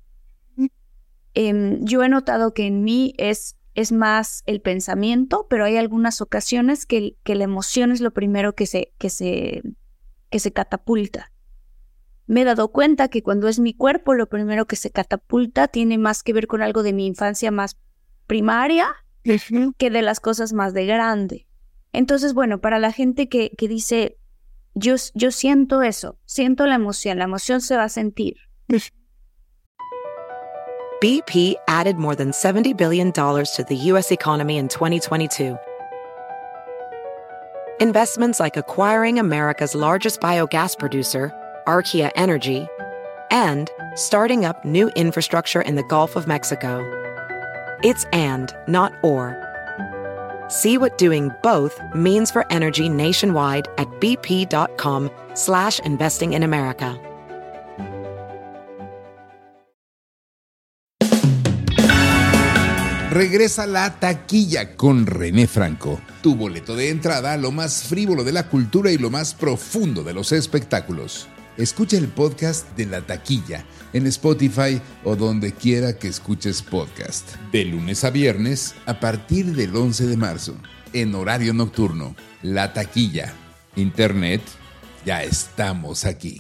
Yo he notado que en mí es más el pensamiento, pero hay algunas ocasiones que la emoción es lo primero que se catapulta. Me he dado cuenta que cuando es mi cuerpo, lo primero que se catapulta tiene más que ver con algo de mi infancia más primaria que de las cosas más de grande. Entonces, bueno, para la gente que dice, yo siento eso, siento la emoción se va a sentir. BP added more than $70 billion to the U.S. economy in 2022. Investments like acquiring America's largest biogas producer, Archaea Energy, and starting up new infrastructure in the Gulf of Mexico. It's and, not or. See what doing both means for energy nationwide at bp.com/investing in America. Regresa La Taquilla con René Franco, tu boleto de entrada a lo más frívolo de la cultura y lo más profundo de los espectáculos. Escucha el podcast de La Taquilla en Spotify o donde quiera que escuches podcast. De lunes a viernes a partir del 11 de marzo, en horario nocturno. La Taquilla. Internet, ya estamos aquí.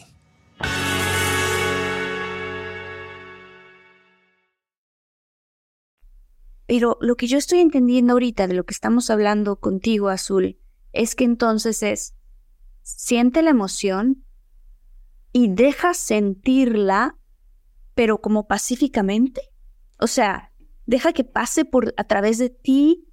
Pero lo que yo estoy entendiendo ahorita de lo que estamos hablando contigo, Azul, es que entonces siente la emoción y deja sentirla, pero como pacíficamente. O sea, deja que pase a través de ti.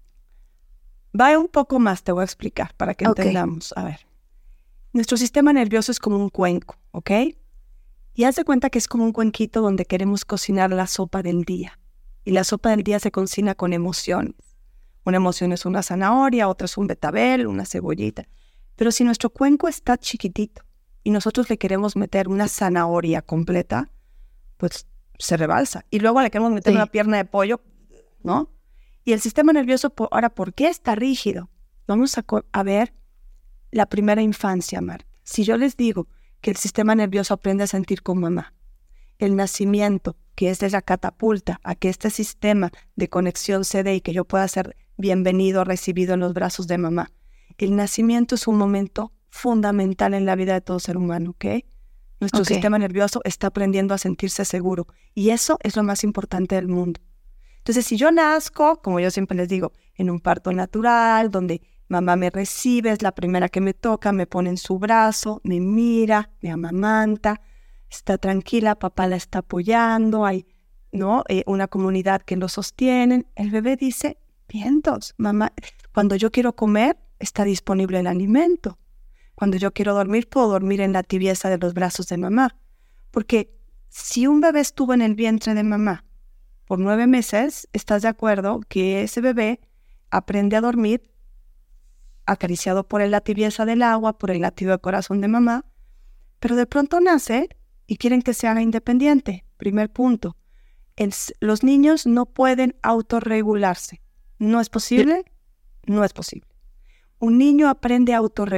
Va un poco más, te voy a explicar para que entendamos. A ver, nuestro sistema nervioso es como un cuenco, ¿ok? Y haz de cuenta que es como un cuenquito donde queremos cocinar la sopa del día. Y la sopa del día se cocina con emociones. Una emoción es una zanahoria, otra es un betabel, una cebollita. Pero si nuestro cuenco está chiquitito y nosotros le queremos meter una zanahoria completa, pues se rebalsa. Y luego le queremos meter una pierna de pollo, ¿no? Y el sistema nervioso, ahora, ¿por qué está rígido? Vamos a ver la primera infancia, Marta. Si yo les digo que el sistema nervioso aprende a sentir con mamá, el nacimiento, que es de la catapulta a que este sistema de conexión se dé y que yo pueda ser bienvenido, recibido en los brazos de mamá. El nacimiento es un momento fundamental en la vida de todo ser humano, ¿ok? Nuestro sistema nervioso está aprendiendo a sentirse seguro y eso es lo más importante del mundo. Entonces, si yo nazco, como yo siempre les digo, en un parto natural, donde mamá me recibe, es la primera que me toca, me pone en su brazo, me mira, me amamanta, está tranquila, papá la está apoyando, hay una comunidad que lo sostienen. El bebé dice, vientos, mamá, cuando yo quiero comer, está disponible el alimento. Cuando yo quiero dormir, puedo dormir en la tibieza de los brazos de mamá. Porque si un bebé estuvo en el vientre de mamá por 9 meses, ¿estás de acuerdo que ese bebé aprende a dormir acariciado por la tibieza del agua, por el latido del corazón de mamá? Pero de pronto nace y quieren que se haga independiente. Primer punto. Los niños no pueden autorregularse. ¿No es posible? No es posible. Un niño aprende a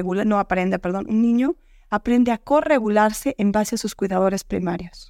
un niño aprende a corregularse en base a sus cuidadores primarios.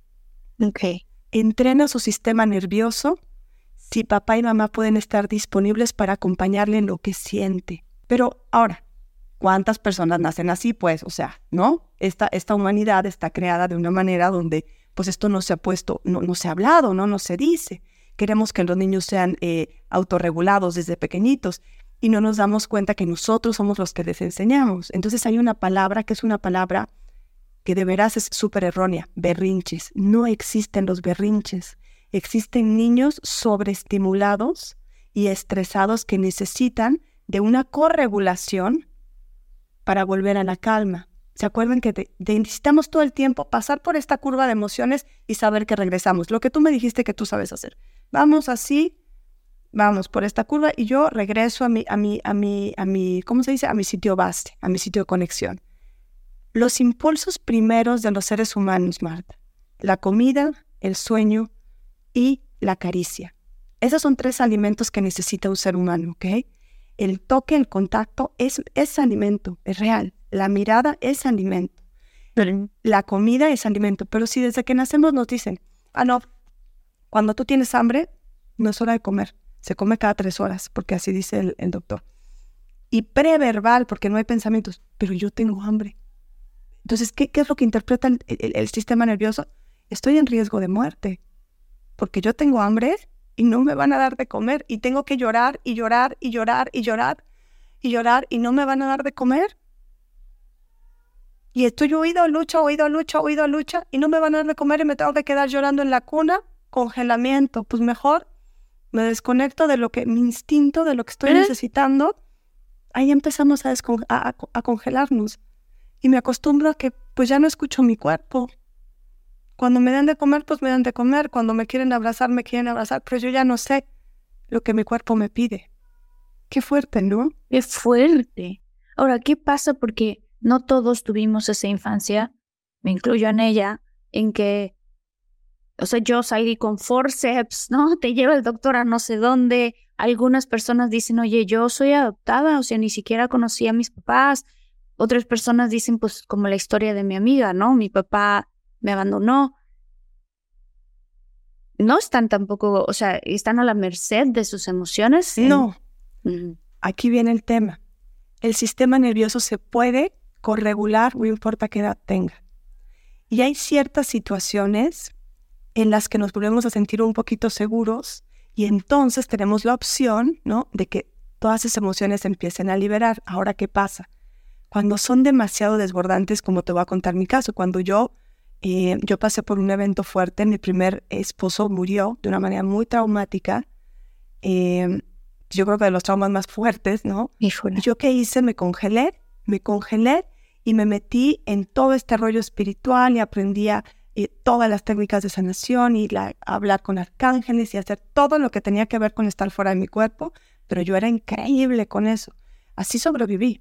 Entrena su sistema nervioso si papá y mamá pueden estar disponibles para acompañarle en lo que siente. Pero ahora, ¿cuántas personas nacen así? Pues, o sea, ¿no? Esta humanidad está creada de una manera donde, pues, esto no se ha puesto, no se ha hablado, no se dice. Queremos que los niños sean autorregulados desde pequeñitos y no nos damos cuenta que nosotros somos los que les enseñamos. Entonces hay una palabra que es una palabra que de veras es súper errónea, berrinches. No existen los berrinches. Existen niños sobreestimulados y estresados que necesitan de una corregulación para volver a la calma. ¿Se acuerdan que necesitamos todo el tiempo pasar por esta curva de emociones y saber que regresamos? Lo que tú me dijiste que tú sabes hacer. Vamos así, vamos por esta curva y yo regreso a mi, ¿cómo se dice? A mi sitio base, a mi sitio de conexión. Los impulsos primeros de los seres humanos, Marta. La comida, el sueño y la caricia. Esos son 3 alimentos que necesita un ser humano, ¿ok? El toque, el contacto es alimento, es real. La mirada es alimento. La comida es alimento. Pero si desde que nacemos nos dicen, no, cuando tú tienes hambre, no es hora de comer. Se come cada 3 horas, porque así dice el doctor. Y preverbal, porque no hay pensamientos. Pero yo tengo hambre. Entonces, ¿qué es lo que interpreta el sistema nervioso? Estoy en riesgo de muerte, porque yo tengo hambre y no me van a dar de comer y tengo que llorar y llorar y llorar y llorar y llorar y no me van a dar de comer. Y estoy huido, lucha, y no me van a dar de comer y me tengo que quedar llorando en la cuna, congelamiento. Pues mejor me desconecto de lo que, mi instinto, de lo que estoy necesitando. Ahí empezamos a congelarnos. Y me acostumbro a que pues ya no escucho mi cuerpo. Cuando me dan de comer, pues me dan de comer. Cuando me quieren abrazar, pero yo ya no sé lo que mi cuerpo me pide. Qué fuerte, ¿no? Qué fuerte. Ahora, ¿qué pasa? Porque no todos tuvimos esa infancia, me incluyo en ella, en que, o sea, yo salí con forceps, ¿no? Te lleva el doctor a no sé dónde. Algunas personas dicen, oye, yo soy adoptada, o sea, ni siquiera conocí a mis papás. Otras personas dicen, pues, como la historia de mi amiga, ¿no? Mi papá me abandonó. No están tampoco, o sea, están a la merced de sus emociones. No. Aquí viene el tema. El sistema nervioso se puede corregular, no importa qué edad tenga. Y hay ciertas situaciones en las que nos volvemos a sentir un poquito seguros y entonces tenemos la opción, ¿no?, de que todas esas emociones empiecen a liberar. Ahora, ¿qué pasa? Cuando son demasiado desbordantes, como te voy a contar mi caso, cuando yo pasé por un evento fuerte, mi primer esposo murió de una manera muy traumática, yo creo que de los traumas más fuertes, ¿no? Híjole. ¿Y yo qué hice? Me congelé y me metí en todo este rollo espiritual y aprendí todas las técnicas de sanación y hablar con arcángeles y hacer todo lo que tenía que ver con estar fuera de mi cuerpo, pero yo era increíble con eso. Así sobreviví.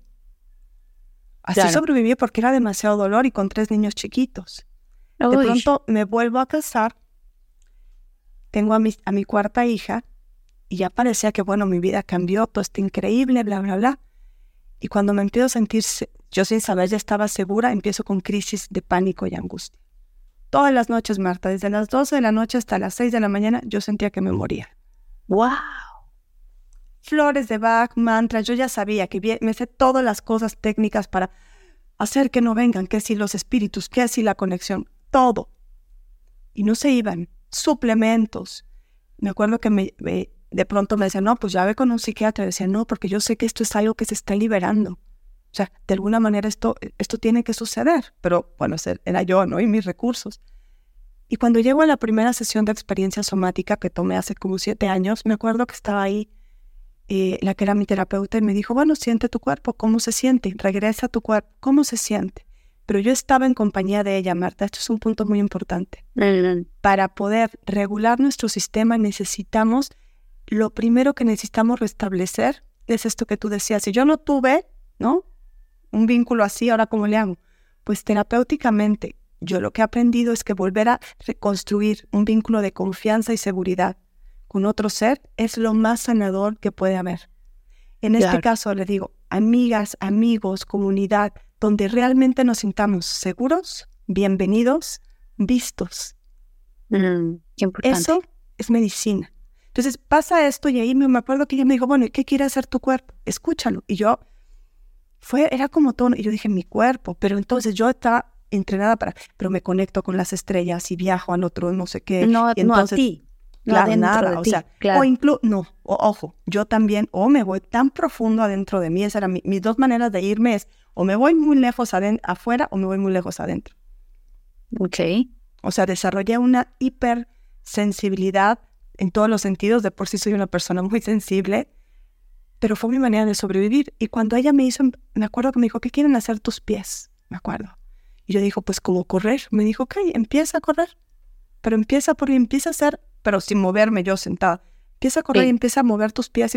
Sobreviví porque era demasiado dolor y con 3 niños chiquitos. De pronto me vuelvo a casar, tengo a mi 4ª hija y ya parecía que, bueno, mi vida cambió, todo está increíble, bla, bla, bla. Y cuando me empiezo a sentir, yo sin saber ya estaba segura, empiezo con crisis de pánico y angustia. Todas las noches, Marta, desde las 12 de la noche hasta las 6 de la mañana, yo sentía que me moría. ¡Wow! Flores de Bach, mantras, yo ya sabía que me sé todas las cosas técnicas para hacer que no vengan, que si los espíritus, que si la conexión, todo. Y no se iban. Suplementos. Me acuerdo que de pronto me decían, no, pues ya ve con un psiquiatra. Decía, no, porque yo sé que esto es algo que se está liberando. O sea, de alguna manera esto tiene que suceder. Pero bueno, era yo, ¿no? Y mis recursos. Y cuando llego a la primera sesión de experiencia somática que tomé hace como 7 años, me acuerdo que estaba ahí la que era mi terapeuta y me dijo, bueno, siente tu cuerpo, ¿cómo se siente? Regresa a tu cuerpo, ¿cómo se siente? Pero yo estaba en compañía de ella, Marta. Esto es un punto muy importante. Para poder regular nuestro sistema lo primero que necesitamos restablecer es esto que tú decías. Si yo no tuve, ¿no?, un vínculo así, ¿ahora cómo le hago? Pues terapéuticamente, yo lo que he aprendido es que volver a reconstruir un vínculo de confianza y seguridad con otro ser es lo más sanador que puede haber. En este caso, le digo, amigas, amigos, comunidad, donde realmente nos sintamos seguros, bienvenidos, vistos. Qué importante. Eso es medicina. Entonces pasa esto y ahí me acuerdo que ella me dijo, bueno, ¿y qué quiere hacer tu cuerpo? Escúchalo. Y yo, era como todo, y yo dije, mi cuerpo, pero entonces yo estaba entrenada pero me conecto con las estrellas y viajo al otro no sé qué. No, y entonces, no a ti. Claro, No nada, de o ti, sea, claro. ojo, yo también, o me voy tan profundo adentro de mí, esas eran mis 2 maneras de irme, es o me voy muy lejos afuera o me voy muy lejos adentro. Ok. O sea, desarrollé una hipersensibilidad en todos los sentidos, de por sí soy una persona muy sensible, pero fue mi manera de sobrevivir. Y cuando ella me acuerdo que me dijo, ¿qué quieren hacer tus pies? Me acuerdo. Y yo dijo, pues como correr. Me dijo, ok, empieza a correr, pero empieza a hacer, pero sin moverme yo sentada. Empieza a correr y empieza a mover tus pies,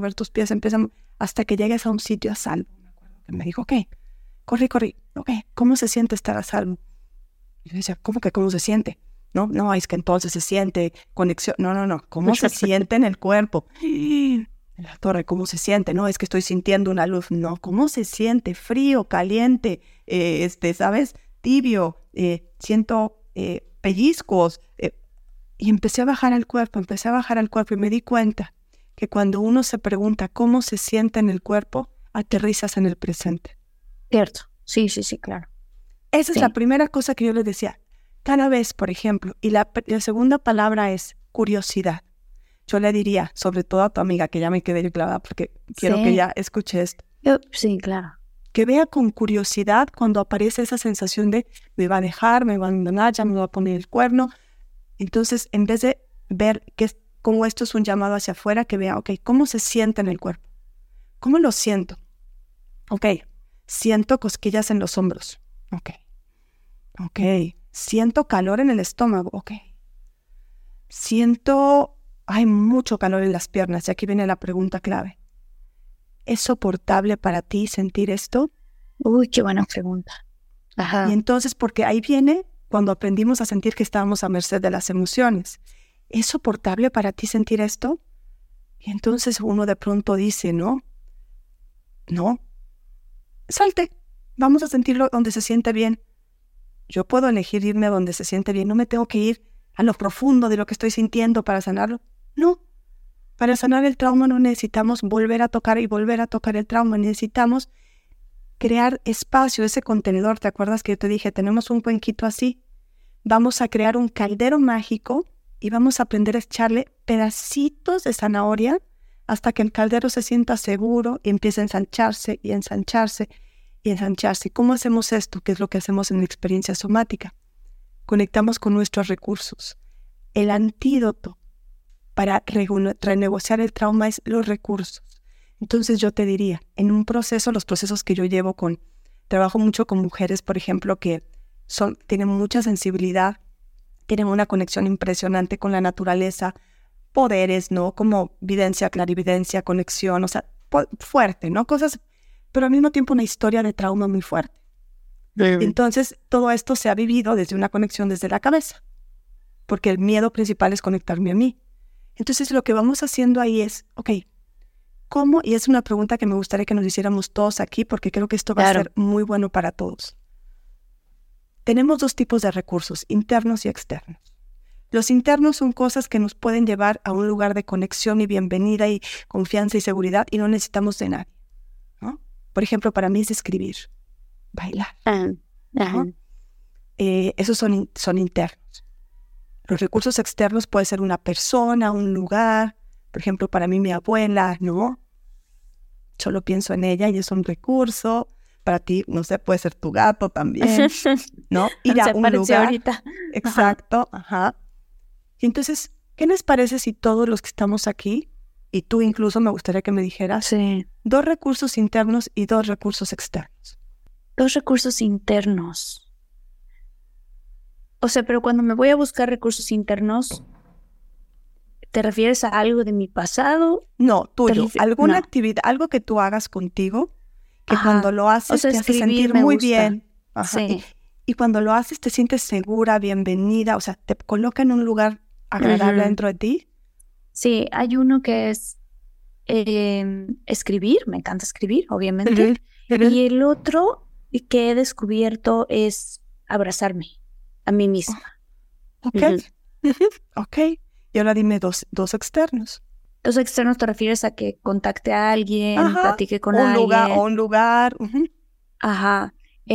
hasta que llegues a un sitio a salvo. Me acuerdo que me dijo, ok, corrí. Ok, ¿cómo se siente estar a salvo? Y yo decía, ¿cómo se siente? No, es que entonces se siente conexión. No, ¿cómo se siente en el cuerpo? La torre, ¿cómo se siente? No, es que estoy sintiendo una luz. No, ¿cómo se siente? Frío, caliente, ¿sabes? Tibio, siento pellizcos. Y empecé a bajar al cuerpo y me di cuenta que cuando uno se pregunta cómo se siente en el cuerpo, aterrizas en el presente. Cierto. Sí, claro. Esa es la primera cosa que yo les decía. Cada vez, por ejemplo, y la segunda palabra es curiosidad. Yo le diría, sobre todo a tu amiga, que ya me quedé clavada porque quiero que ella escuche esto. Sí, claro. que vea con curiosidad cuando aparece esa sensación de me va a dejar, me va a abandonar, ya me va a poner el cuerno. Entonces, en vez de ver cómo esto es un llamado hacia afuera, que vea, ok, ¿cómo se siente en el cuerpo? ¿Cómo lo siento? Ok, siento cosquillas en los hombros. Ok, siento calor en el estómago. Ok, hay mucho calor en las piernas. Y aquí viene la pregunta clave. ¿Es soportable para ti sentir esto? Uy, qué buena pregunta. Ajá. Y entonces, porque ahí viene cuando aprendimos a sentir que estábamos a merced de las emociones. ¿Es soportable para ti sentir esto? Y entonces uno de pronto dice, no, salte, vamos a sentirlo donde se siente bien. Yo puedo elegir irme donde se siente bien, no me tengo que ir a lo profundo de lo que estoy sintiendo para sanarlo. No, para sanar el trauma no necesitamos volver a tocar y volver a tocar el trauma, necesitamos crear espacio, ese contenedor. ¿Te acuerdas que yo te dije, tenemos un cuenquito así? Vamos a crear un caldero mágico y vamos a aprender a echarle pedacitos de zanahoria hasta que el caldero se sienta seguro y empiece a ensancharse y ensancharse y ensancharse. ¿Cómo hacemos esto? ¿Qué es lo que hacemos en la experiencia somática? Conectamos con nuestros recursos. El antídoto para renegociar el trauma es los recursos. Entonces yo te diría, en un proceso, los procesos que yo llevo trabajo mucho con mujeres, por ejemplo, que tienen mucha sensibilidad, tienen una conexión impresionante con la naturaleza, poderes, ¿no? Como videncia, clarividencia, conexión, o sea, fuerte, ¿no? Cosas, pero al mismo tiempo una historia de trauma muy fuerte. Entonces, todo esto se ha vivido desde una conexión desde la cabeza, porque el miedo principal es conectarme a mí. Entonces, lo que vamos haciendo ahí es, ok, ¿cómo? Y es una pregunta que me gustaría que nos hiciéramos todos aquí, porque creo que esto va a ser muy bueno para todos. Tenemos dos tipos de recursos, internos y externos. Los internos son cosas que nos pueden llevar a un lugar de conexión y bienvenida y confianza y seguridad y no necesitamos de nadie, ¿no? Por ejemplo, para mí es escribir, bailar. ¿No? Esos son internos. Los recursos externos puede ser una persona, un lugar. Por ejemplo, para mí mi abuela, ¿no? Solo pienso en ella y es un recurso. Para ti, no sé, puede ser tu gato también, ¿no? Ir a un lugar. Ahorita. Exacto, ajá. Y entonces, ¿qué les parece si todos los que estamos aquí, y tú incluso me gustaría que me dijeras, 2 recursos internos y 2 recursos externos? 2 recursos internos. O sea, pero cuando me voy a buscar recursos internos, ¿te refieres a algo de mi pasado? No, tuyo. ¿Alguna actividad, algo que tú hagas contigo, que cuando lo haces te hace sentir muy bien? Ajá. Sí. Y cuando lo haces te sientes segura, bienvenida, o sea, te coloca en un lugar agradable dentro de ti. Sí, hay uno que es escribir, me encanta escribir, obviamente. Y el otro que he descubierto es abrazarme a mí misma. Ok. Ok. Y ahora dime dos externos. 2 externos te refieres a que contacte a alguien, platique con alguien. Un lugar. Ajá.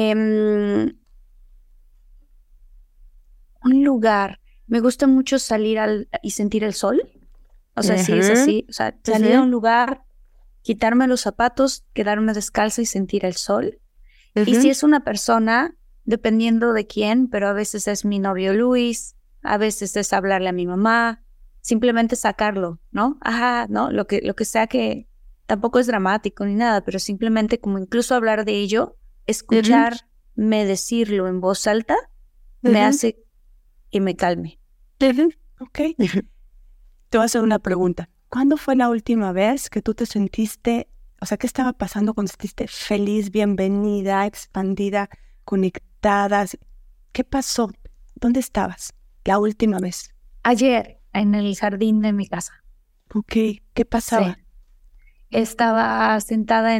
Un lugar. Me gusta mucho salir y sentir el sol. O sea, sí es así. O sea, salir a un lugar, quitarme los zapatos, quedarme descalza y sentir el sol. Y si es una persona, dependiendo de quién, pero a veces es mi novio Luis, a veces es hablarle a mi mamá, simplemente sacarlo, ¿no? Ajá, ¿no? Lo que sea, que tampoco es dramático ni nada, pero simplemente como incluso hablar de ello, escucharme decirlo en voz alta, me hace que me calme. Ok. Te voy a hacer una pregunta. ¿Cuándo fue la última vez que tú te sentiste, o sea, qué estaba pasando cuando sentiste feliz, bienvenida, expandida, conectada? ¿Qué pasó? ¿Dónde estabas la última vez? Ayer, en el jardín de mi casa. Ok. ¿Qué pasaba? Sí. Estaba sentada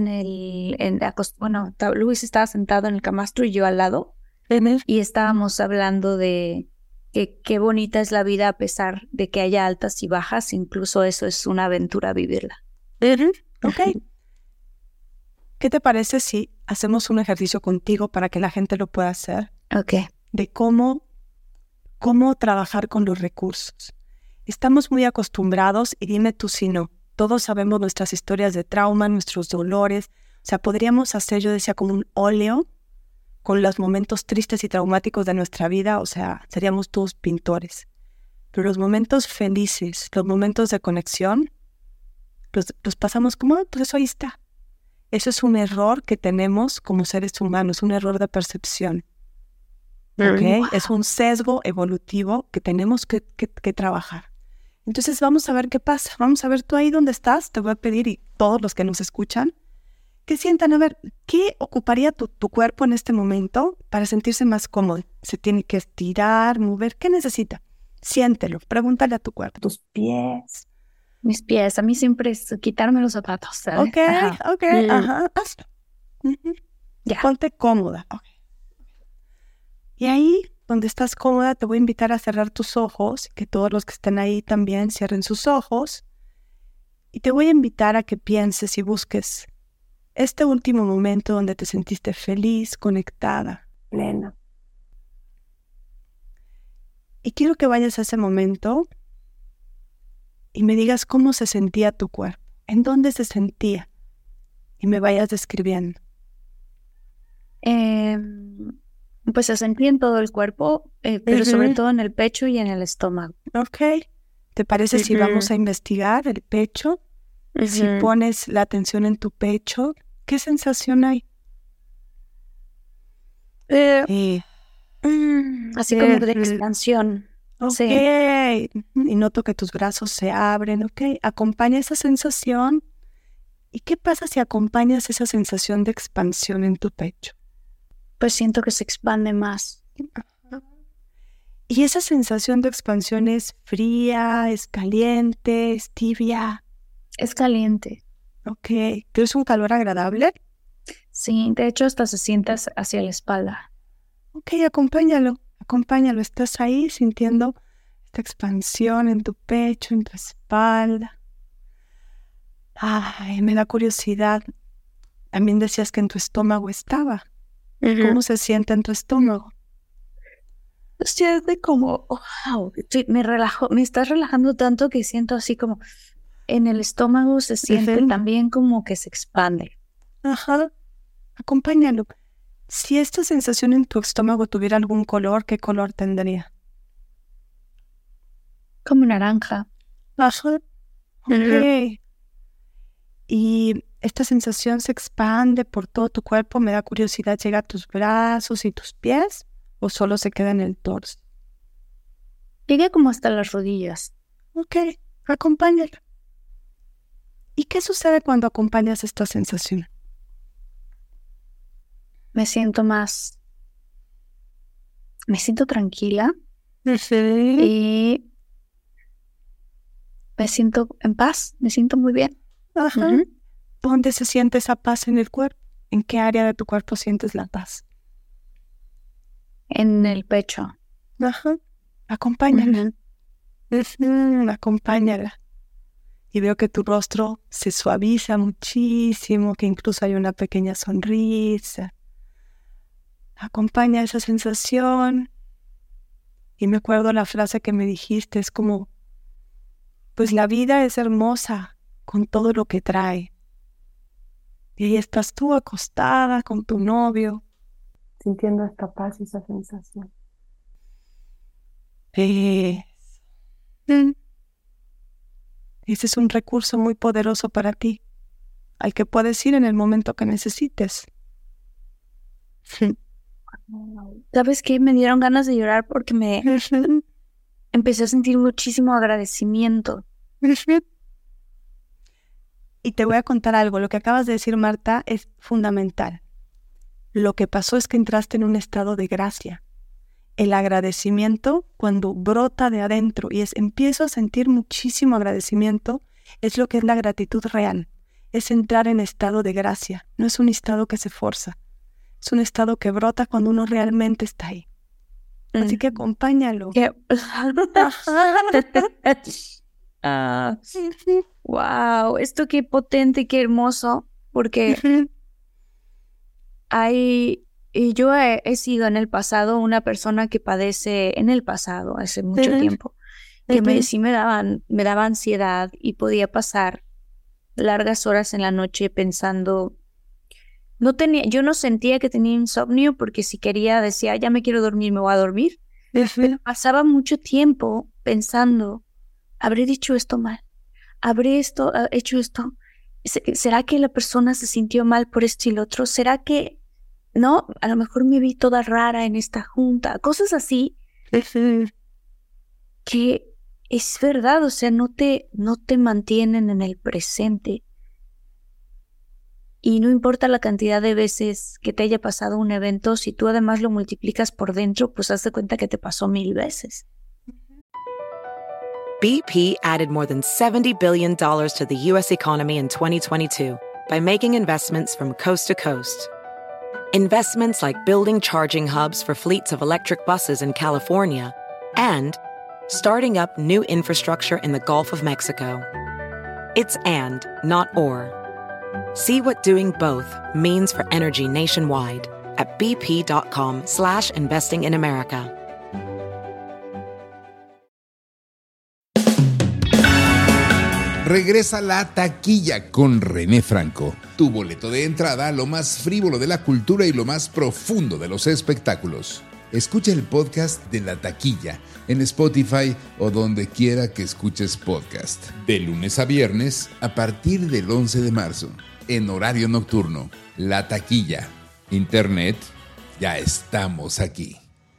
Luis estaba sentado en el camastro y yo al lado. Y estábamos hablando de que qué bonita es la vida a pesar de que haya altas y bajas. Incluso eso es una aventura vivirla. Ok. ¿Qué te parece si hacemos un ejercicio contigo para que la gente lo pueda hacer? Ok. De cómo trabajar con los recursos. Estamos muy acostumbrados, y dime tú si no, todos sabemos nuestras historias de trauma, nuestros dolores, O sea, podríamos hacer, yo decía, como un óleo con los momentos tristes y traumáticos de nuestra vida. O sea, seríamos todos pintores. Pero los momentos felices, los momentos de conexión, los pasamos como, pues eso ahí está. Eso es un error que tenemos como seres humanos, un error de percepción. ¿Okay? Wow. Es un sesgo evolutivo que tenemos que trabajar. Entonces vamos a ver qué pasa. Vamos a ver tú ahí donde estás. Te voy a pedir, y todos los que nos escuchan, que sientan a ver qué ocuparía tu cuerpo en este momento para sentirse más cómodo. Se tiene que estirar, mover. ¿Qué necesita? Siéntelo. Pregúntale a tu cuerpo. Tus pies. Mis pies. A mí siempre es quitarme los zapatos, ¿sabes? Ok, ajá. Hazlo. Ya. Ponte cómoda. Okay. Y ahí, donde estás cómoda, te voy a invitar a cerrar tus ojos, que todos los que estén ahí también cierren sus ojos. Y te voy a invitar a que pienses y busques este último momento donde te sentiste feliz, conectada, plena. Y quiero que vayas a ese momento y me digas cómo se sentía tu cuerpo, en dónde se sentía, y me vayas describiendo. Pues se sentía en todo el cuerpo, pero sobre todo en el pecho y en el estómago. Ok. ¿Te parece si vamos a investigar el pecho? Si pones la atención en tu pecho, ¿qué sensación hay? Así como de expansión. Ok. Sí. Y noto que tus brazos se abren. Ok. Acompaña esa sensación. ¿Y qué pasa si acompañas esa sensación de expansión en tu pecho? Pues siento que se expande más. ¿Y esa sensación de expansión es fría, es caliente, es tibia? Es caliente. Ok. ¿Tienes un calor agradable? Sí, de hecho hasta se siente hacia la espalda. Ok, acompáñalo. Estás ahí sintiendo esta expansión en tu pecho, en tu espalda. Ay, me da curiosidad. También decías que en tu estómago estaba. ¿Cómo se siente en tu estómago? Se siente como, wow, sí, me estás relajando tanto que siento así como en el estómago se siente también como que se expande. Ajá, acompáñalo. Si esta sensación en tu estómago tuviera algún color, ¿qué color tendría? Como naranja. Ajá, ok. Y esta sensación se expande por todo tu cuerpo. Me da curiosidad, ¿llega a tus brazos y tus pies o solo se queda en el torso? Llega como hasta las rodillas. Ok, acompáñalo. ¿Y qué sucede cuando acompañas esta sensación? Me siento tranquila y me siento en paz, me siento muy bien. Ajá. ¿Dónde se siente esa paz en el cuerpo? ¿En qué área de tu cuerpo sientes la paz? En el pecho. Ajá. Acompáñala. Acompáñala. Y veo que tu rostro se suaviza muchísimo, que incluso hay una pequeña sonrisa. Acompaña esa sensación. Y me acuerdo la frase que me dijiste, es como, pues la vida es hermosa con todo lo que trae. Y ahí estás tú acostada con tu novio, sintiendo esta paz y esa sensación. Ese es un recurso muy poderoso para ti, al que puedes ir en el momento que necesites. ¿Sabes qué? Me dieron ganas de llorar porque me empecé a sentir muchísimo agradecimiento. Y te voy a contar algo. Lo que acabas de decir, Marta, es fundamental. Lo que pasó es que entraste en un estado de gracia. El agradecimiento, cuando brota de adentro y empiezo a sentir muchísimo agradecimiento, es lo que es la gratitud real. Es entrar en estado de gracia. No es un estado que se forza. Es un estado que brota cuando uno realmente está ahí. Así que acompáñalo. Wow, esto qué potente y qué hermoso, porque yo he sido en el pasado una persona que padece hace mucho tiempo, que sí me daba ansiedad y podía pasar largas horas en la noche pensando yo no sentía que tenía insomnio porque si quería decía, ya me quiero dormir, me voy a dormir. Pero pasaba mucho tiempo pensando, ¿habré dicho esto mal? ¿Habré hecho esto? ¿Será que la persona se sintió mal por esto y lo otro? ¿Será que, no? A lo mejor me vi toda rara en esta junta. Cosas así que es verdad, o sea, no te mantienen en el presente. Y no importa la cantidad de veces que te haya pasado un evento, si tú además lo multiplicas por dentro, pues haz de cuenta que te pasó 1000 veces. BP added more than $70 billion to the U.S. economy in 2022 by making investments from coast to coast. Investments like building charging hubs for fleets of electric buses in California and starting up new infrastructure in the Gulf of Mexico. It's and, not or. See what doing both means for energy nationwide at bp.com/investing in America. Regresa La Taquilla con René Franco, tu boleto de entrada a lo más frívolo de la cultura y lo más profundo de los espectáculos. Escucha el podcast de La Taquilla en Spotify o donde quiera que escuches podcast. De lunes a viernes a partir del 11 de marzo, en horario nocturno. La Taquilla. Internet, ya estamos aquí.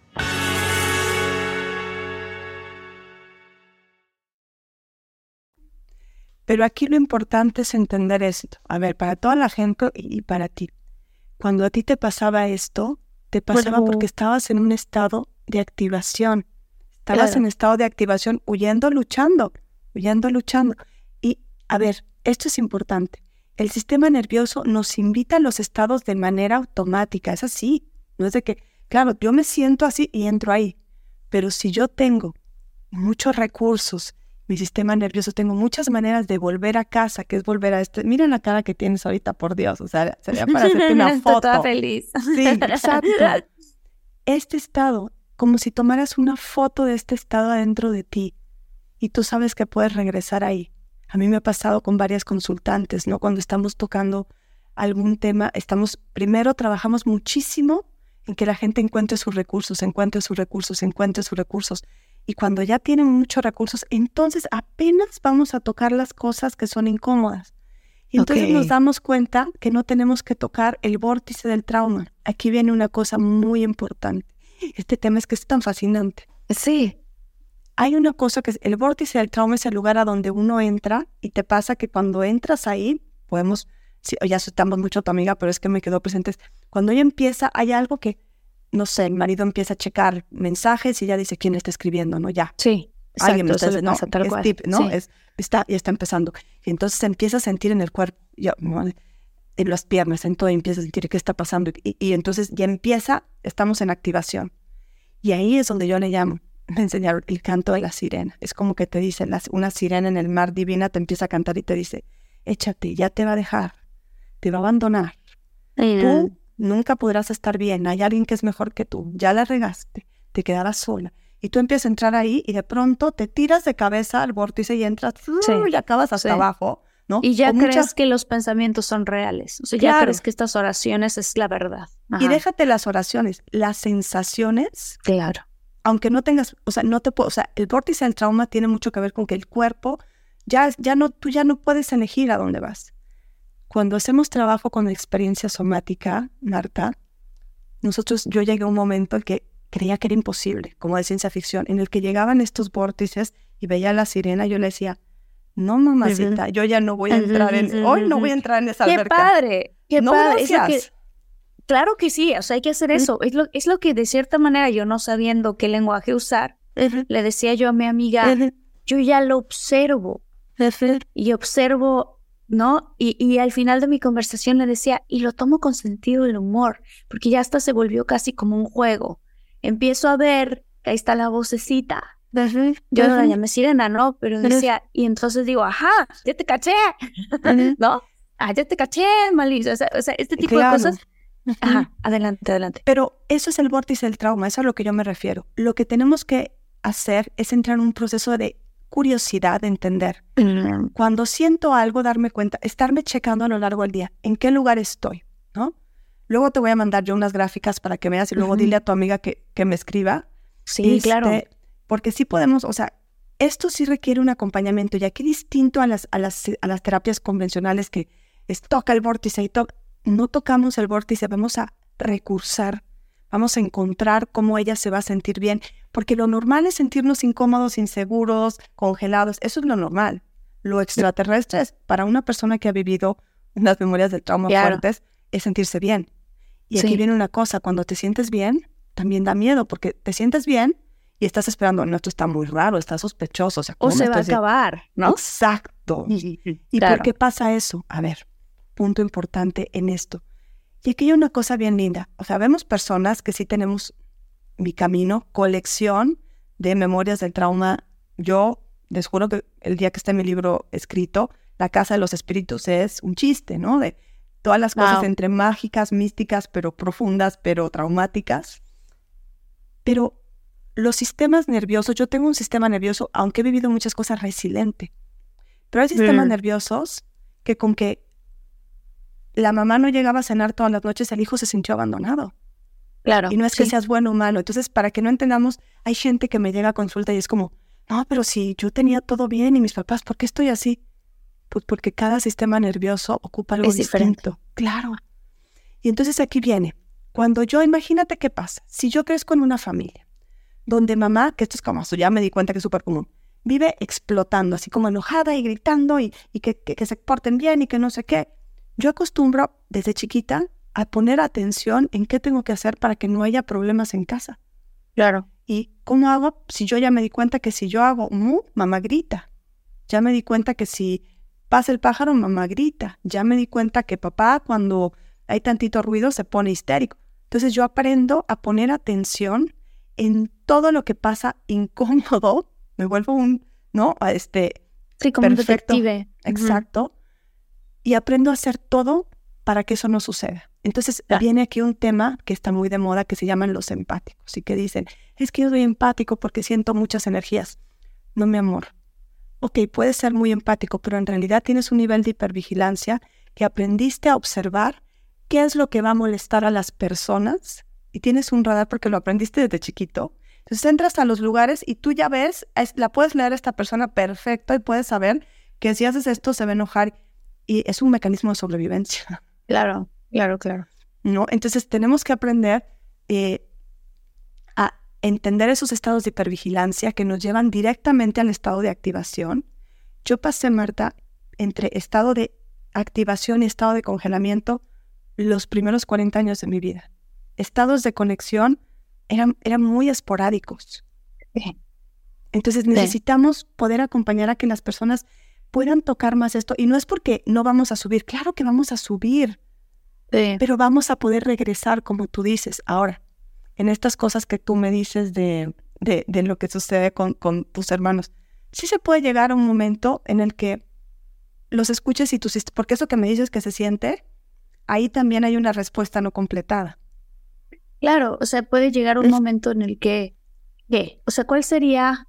Pero aquí lo importante es entender esto. A ver, para toda la gente y para ti. Cuando a ti te pasaba esto, te pasaba porque estabas en un estado de activación. Estabas en estado de activación, huyendo, luchando. Y, a ver, esto es importante. El sistema nervioso nos invita a los estados de manera automática. Es así. No es de que, claro, yo me siento así y entro ahí. Pero si yo tengo muchos recursos, mi sistema nervioso, tengo muchas maneras de volver a casa, que es volver a este... Mira la cara que tienes ahorita, por Dios. O sea, sería para hacerte una foto. Toda feliz. Sí, exacto. Este estado, como si tomaras una foto de este estado adentro de ti y tú sabes que puedes regresar ahí. A mí me ha pasado con varias consultantes, ¿no? Cuando estamos tocando algún tema, primero trabajamos muchísimo en que la gente encuentre sus recursos. Y cuando ya tienen muchos recursos, entonces apenas vamos a tocar las cosas que son incómodas. Y entonces nos damos cuenta que no tenemos que tocar el vórtice del trauma. Aquí viene una cosa muy importante. Este tema es que es tan fascinante. Sí. Hay una cosa que es el vórtice del trauma, es el lugar a donde uno entra y te pasa que cuando entras ahí, ya asustamos mucho a tu amiga, pero es que me quedó presente. Cuando ella empieza, hay algo que, no sé, el marido empieza a checar mensajes y ya dice quién está escribiendo, ¿no? Ya. Sí. Exacto, alguien me está diciendo, no, tal es cual. tip, ¿no? Sí. Ya está empezando. Y entonces se empieza a sentir en el cuerpo, en las piernas, en todo, y empieza a sentir qué está pasando. Y entonces ya estamos en activación. Y ahí es donde yo le llamo, me enseñaron el canto de la sirena. Es como que te dice, una sirena en el mar divina te empieza a cantar y te dice, échate, ya te va a dejar, te va a abandonar. Tú nunca podrás estar bien, hay alguien que es mejor que tú, ya la regaste, te quedarás sola. Y tú empiezas a entrar ahí y de pronto te tiras de cabeza al vórtice y entras y acabas hasta abajo, ¿no? Y ya crees que los pensamientos son reales. O sea, ya crees que estas oraciones es la verdad. Ajá. Y déjate las oraciones, las sensaciones. Claro. Aunque no tengas, el vórtice del trauma tiene mucho que ver con que el cuerpo tú ya no puedes elegir a dónde vas. Cuando hacemos trabajo con experiencia somática, Marta, yo llegué a un momento en que creía que era imposible, como de ciencia ficción, en el que llegaban estos vórtices y veía a la sirena, yo le decía, no, mamacita, yo ya no voy a entrar hoy no voy a entrar en esa alberca. ¡Qué padre! Gracias. Claro que sí, o sea, hay que hacer eso. Es lo que de cierta manera, yo no sabiendo qué lenguaje usar, le decía yo a mi amiga, yo ya lo observo. Y observo, ¿no? Y al final de mi conversación le decía, y lo tomo con sentido del humor, porque ya hasta se volvió casi como un juego. Empiezo a ver, ahí está la vocecita. Yo no la llamé sirena, ¿no? Pero decía, y entonces digo, ajá, ya te caché, ¿no? Ya te caché, Malís. O sea, este tipo de cosas. Ajá, adelante. Pero eso es el vórtice del trauma, eso es a lo que yo me refiero. Lo que tenemos que hacer es entrar en un proceso de curiosidad, de entender. Cuando siento algo, darme cuenta, estarme checando a lo largo del día, en qué lugar estoy, ¿no? Luego te voy a mandar yo unas gráficas para que veas y luego dile a tu amiga que me escriba. Sí, claro. Porque sí podemos, o sea, esto sí requiere un acompañamiento y aquí distinto a las terapias convencionales que toca el vórtice y no tocamos el vórtice, vamos a recursar, vamos a encontrar cómo ella se va a sentir bien, porque lo normal es sentirnos incómodos, inseguros, congelados, eso es lo normal. Lo extraterrestre es, para una persona que ha vivido unas memorias del trauma fuertes, es sentirse bien. Y aquí viene una cosa, cuando te sientes bien, también da miedo, porque te sientes bien y estás esperando, no, esto está muy raro, está sospechoso. O se va a acabar, ¿no? Exacto. ¿Y por qué pasa eso? A ver, punto importante en esto. Y aquí hay una cosa bien linda. O sea, vemos personas que sí tenemos mi camino, colección de memorias del trauma. Yo les juro que el día que esté mi libro escrito, La Casa de los Espíritus es un chiste, ¿no? De todas las cosas entre mágicas, místicas, pero profundas, pero traumáticas. Pero los sistemas nerviosos, yo tengo un sistema nervioso, aunque he vivido muchas cosas, resiliente. Pero hay sistemas nerviosos que con que la mamá no llegaba a cenar todas las noches, el hijo se sintió abandonado. Claro. Y no es que seas bueno o malo. Entonces, para que no entendamos, hay gente que me llega a consulta y es como, no, pero si yo tenía todo bien y mis papás, ¿por qué estoy así? Pues porque cada sistema nervioso ocupa algo distinto. Diferente. Claro. Y entonces aquí viene, cuando imagínate qué pasa, si yo crezco en una familia donde mamá, que esto es como, ya me di cuenta que es súper común, vive explotando, así como enojada y gritando y que se porten bien y que no sé qué. Yo acostumbro desde chiquita a poner atención en qué tengo que hacer para que no haya problemas en casa. Claro. ¿Y cómo hago? Si yo ya me di cuenta que si yo hago mamá grita. Ya me di cuenta que si pasa el pájaro, mamá grita. Ya me di cuenta que papá, cuando hay tantito ruido, se pone histérico. Entonces yo aprendo a poner atención en todo lo que pasa incómodo. Me vuelvo ¿no? Sí, como un detective. Exacto. Y aprendo a hacer todo para que eso no suceda. Entonces viene aquí un tema que está muy de moda que se llaman los empáticos y que dicen, es que yo soy empático porque siento muchas energías. No, mi amor. Ok, puedes ser muy empático, pero en realidad tienes un nivel de hipervigilancia que aprendiste a observar qué es lo que va a molestar a las personas y tienes un radar porque lo aprendiste desde chiquito. Entonces entras a los lugares y tú ya ves, la puedes leer a esta persona perfecto y puedes saber que si haces esto se va a enojar y es un mecanismo de sobrevivencia. Claro. ¿No? Entonces tenemos que aprender a entender esos estados de hipervigilancia que nos llevan directamente al estado de activación. Yo pasé, Marta, entre estado de activación y estado de congelamiento los primeros 40 años de mi vida. Estados de conexión eran muy esporádicos. Entonces necesitamos poder acompañar a que las personas puedan tocar más esto. Y no es porque no vamos a subir. Claro que vamos a subir. Pero vamos a poder regresar, como tú dices. Ahora, en estas cosas que tú me dices de lo que sucede con tus hermanos, sí se puede llegar a un momento en el que los escuches y porque eso que me dices que se siente, ahí también hay una respuesta no completada. Claro, o sea, puede llegar un momento en el que, ¿qué? O sea, ¿cuál sería?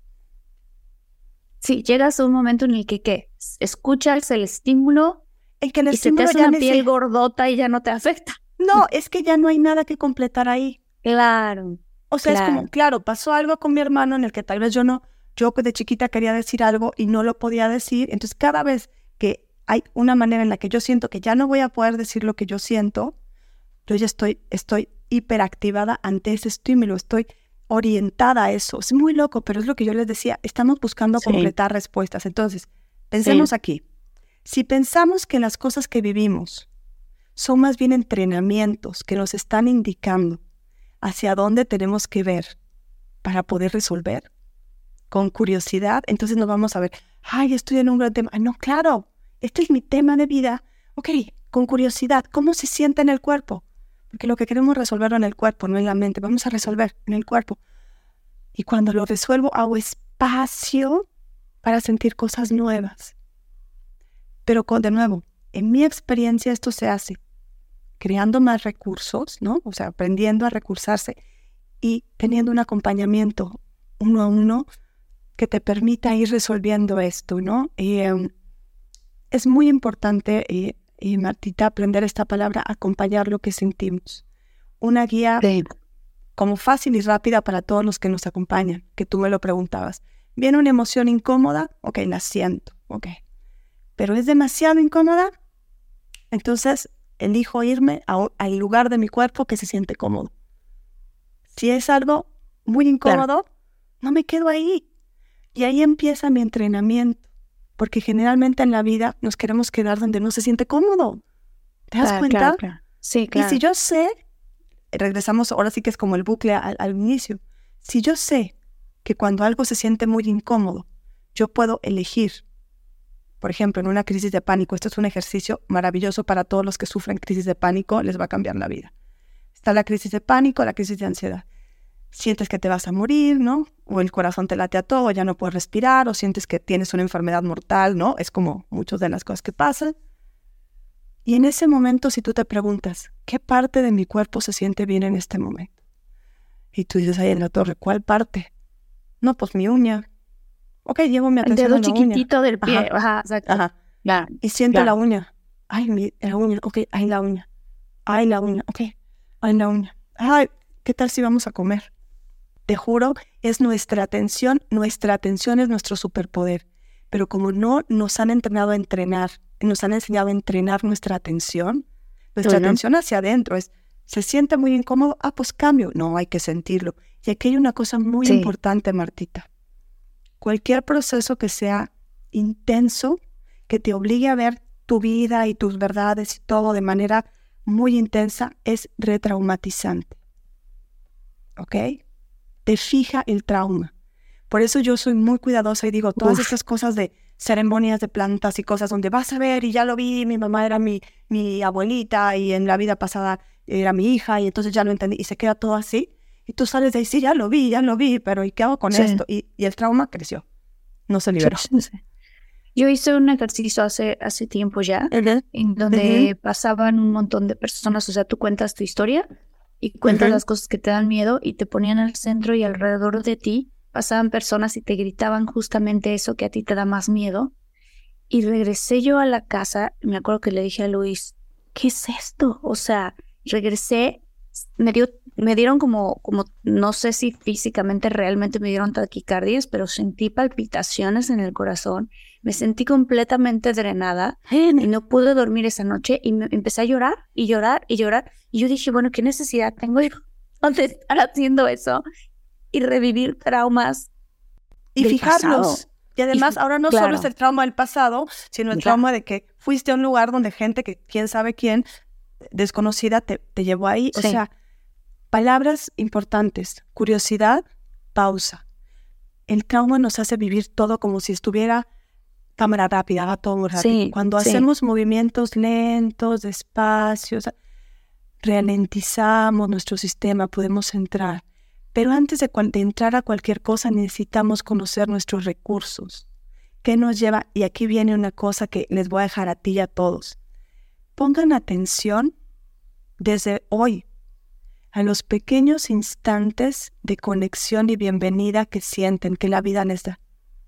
Sí, llegas a un momento en el que, ¿qué? Escuchas el estímulo y se te hace una piel gordota y ya no te afecta. No, es que ya no hay nada que completar ahí. Claro. O sea, es como, pasó algo con mi hermano en el que tal vez yo de chiquita quería decir algo y no lo podía decir. Entonces, cada vez que hay una manera en la que yo siento que ya no voy a poder decir lo que yo siento, yo ya estoy hiperactivada ante ese estímulo, estoy orientada a eso. Es muy loco, pero es lo que yo les decía, estamos buscando completar respuestas. Entonces, pensemos aquí. Si pensamos que las cosas que vivimos son más bien entrenamientos que nos están indicando hacia dónde tenemos que ver para poder resolver con curiosidad, entonces nos vamos a ver, estoy en un gran tema. No, claro, este es mi tema de vida. Ok, con curiosidad, ¿cómo se siente en el cuerpo? Porque lo que queremos resolverlo en el cuerpo, no en la mente. Vamos a resolver en el cuerpo. Y cuando lo resuelvo, hago espacio para sentir cosas nuevas. Pero de nuevo, en mi experiencia esto se hace creando más recursos, ¿no? O sea, aprendiendo a recursarse y teniendo un acompañamiento uno a uno que te permita ir resolviendo esto, ¿no? Y es muy importante Martita, aprender esta palabra, acompañar lo que sentimos. Una guía como fácil y rápida para todos los que nos acompañan, que tú me lo preguntabas. ¿Viene una emoción incómoda? Ok, la siento, ok. ¿Pero es demasiado incómoda? Entonces, elijo irme al lugar de mi cuerpo que se siente cómodo. Si es algo muy incómodo, no me quedo ahí. Y ahí empieza mi entrenamiento. Porque generalmente en la vida nos queremos quedar donde no se siente cómodo. ¿Te das cuenta? Claro. Sí, claro. Y si yo sé, regresamos, ahora sí que es como el bucle al inicio. Si yo sé que cuando algo se siente muy incómodo, yo puedo elegir. Por ejemplo, en una crisis de pánico, esto es un ejercicio maravilloso para todos los que sufren crisis de pánico, les va a cambiar la vida. Está la crisis de pánico, la crisis de ansiedad. Sientes que te vas a morir, ¿no? O el corazón te late a todo, ya no puedes respirar, o sientes que tienes una enfermedad mortal, ¿no? Es como muchas de las cosas que pasan. Y en ese momento, si tú te preguntas, ¿qué parte de mi cuerpo se siente bien en este momento? Y tú dices ahí en la torre, ¿cuál parte? No, pues mi uña. Ok, llevo mi atención el a dedo la uña. chiquitito del pie. Ajá, exacto. Ajá. Claro. Y siento la uña. Ay, la uña. Ok, ay, la uña. Ay, la uña. Ok, ay, la uña. Ay, ¿qué tal si vamos a comer? Te juro, es nuestra atención. Nuestra atención es nuestro superpoder. Pero como no nos han entrenado a entrenar, nos han enseñado a entrenar nuestra atención hacia adentro es, ¿se siente muy incómodo? Ah, pues cambio. No, hay que sentirlo. Y aquí hay una cosa muy importante, Martita. Cualquier proceso que sea intenso, que te obligue a ver tu vida y tus verdades y todo de manera muy intensa, es retraumatizante. ¿Ok? Te fija el trauma. Por eso yo soy muy cuidadosa y digo, todas estas cosas de ceremonias de plantas y cosas donde vas a ver y ya lo vi, mi mamá era mi abuelita y en la vida pasada era mi hija y entonces ya lo entendí y se queda todo así. Y tú sales de ahí, sí, ya lo vi, pero ¿y qué hago con esto? Y el trauma creció, no se liberó. Sí. Yo hice un ejercicio hace tiempo ya, en donde pasaban un montón de personas, o sea, tú cuentas tu historia y cuentas las cosas que te dan miedo y te ponían al centro y alrededor de ti pasaban personas y te gritaban justamente eso que a ti te da más miedo. Y regresé yo a la casa, me acuerdo que le dije a Luis, ¿qué es esto? O sea, regresé, me dieron como, no sé si físicamente realmente me dieron taquicardias, pero sentí palpitaciones en el corazón, me sentí completamente drenada y no pude dormir esa noche y me empecé a llorar y llorar y llorar. Y yo dije, bueno, ¿qué necesidad tengo yo de estar haciendo eso y revivir traumas y del fijarlos? pasado? Y además, ahora no solo es el trauma del pasado, sino el trauma de que fuiste a un lugar donde gente que quién sabe quién, desconocida, te llevó ahí. O sea, palabras importantes. Curiosidad, pausa. El trauma nos hace vivir todo como si estuviera cámara rápida, va todo muy rápido. Cuando hacemos movimientos lentos, despacios, ralentizamos nuestro sistema, podemos entrar. Pero antes de entrar a cualquier cosa necesitamos conocer nuestros recursos. ¿Qué nos lleva? Y aquí viene una cosa que les voy a dejar a ti y a todos. Pongan atención desde hoy a los pequeños instantes de conexión y bienvenida que sienten, que la vida les da.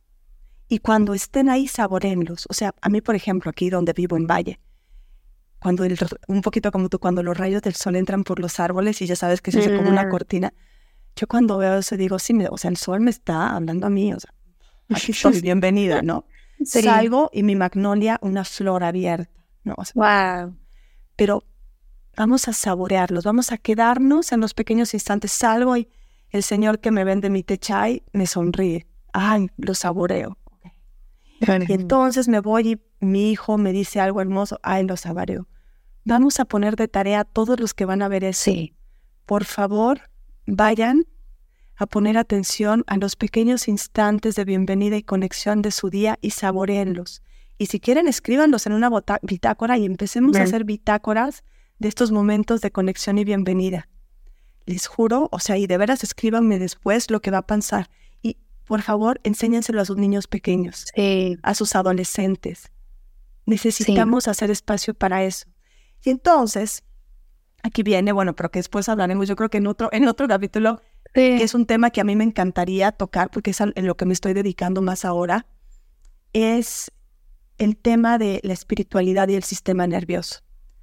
Y cuando estén ahí, saboréenlos. O sea, a mí, por ejemplo, aquí donde vivo en Valle, cuando un poquito como tú, cuando los rayos del sol entran por los árboles y ya sabes que se hace como una cortina, yo cuando veo eso digo, sí, o sea, el sol me está hablando a mí, o sea, aquí estoy, bienvenida, ¿no? Salgo y mi magnolia, una flor abierta, ¿no? O sea, wow. Pero vamos a saborearlos, vamos a quedarnos en los pequeños instantes. Salgo y el señor que me vende mi té chai me sonríe. Ay, lo saboreo. Y entonces me voy y mi hijo me dice algo hermoso. Ay, lo saboreo. Vamos a poner de tarea a todos los que van a ver eso. Por favor, vayan a poner atención a los pequeños instantes de bienvenida y conexión de su día y saboreenlos. Y si quieren, escríbanlos en una bitácora y empecemos a hacer bitácoras de estos momentos de conexión y bienvenida. Les juro, o sea, y de veras escríbanme después lo que va a pasar. Y por favor, enséñenselo a sus niños pequeños, a sus adolescentes. Necesitamos hacer espacio para eso. Y entonces, aquí viene, bueno, pero que después hablaremos, yo creo que en otro capítulo, que es un tema que a mí me encantaría tocar, porque es en lo que me estoy dedicando más ahora, es el tema de la espiritualidad y el sistema nervioso.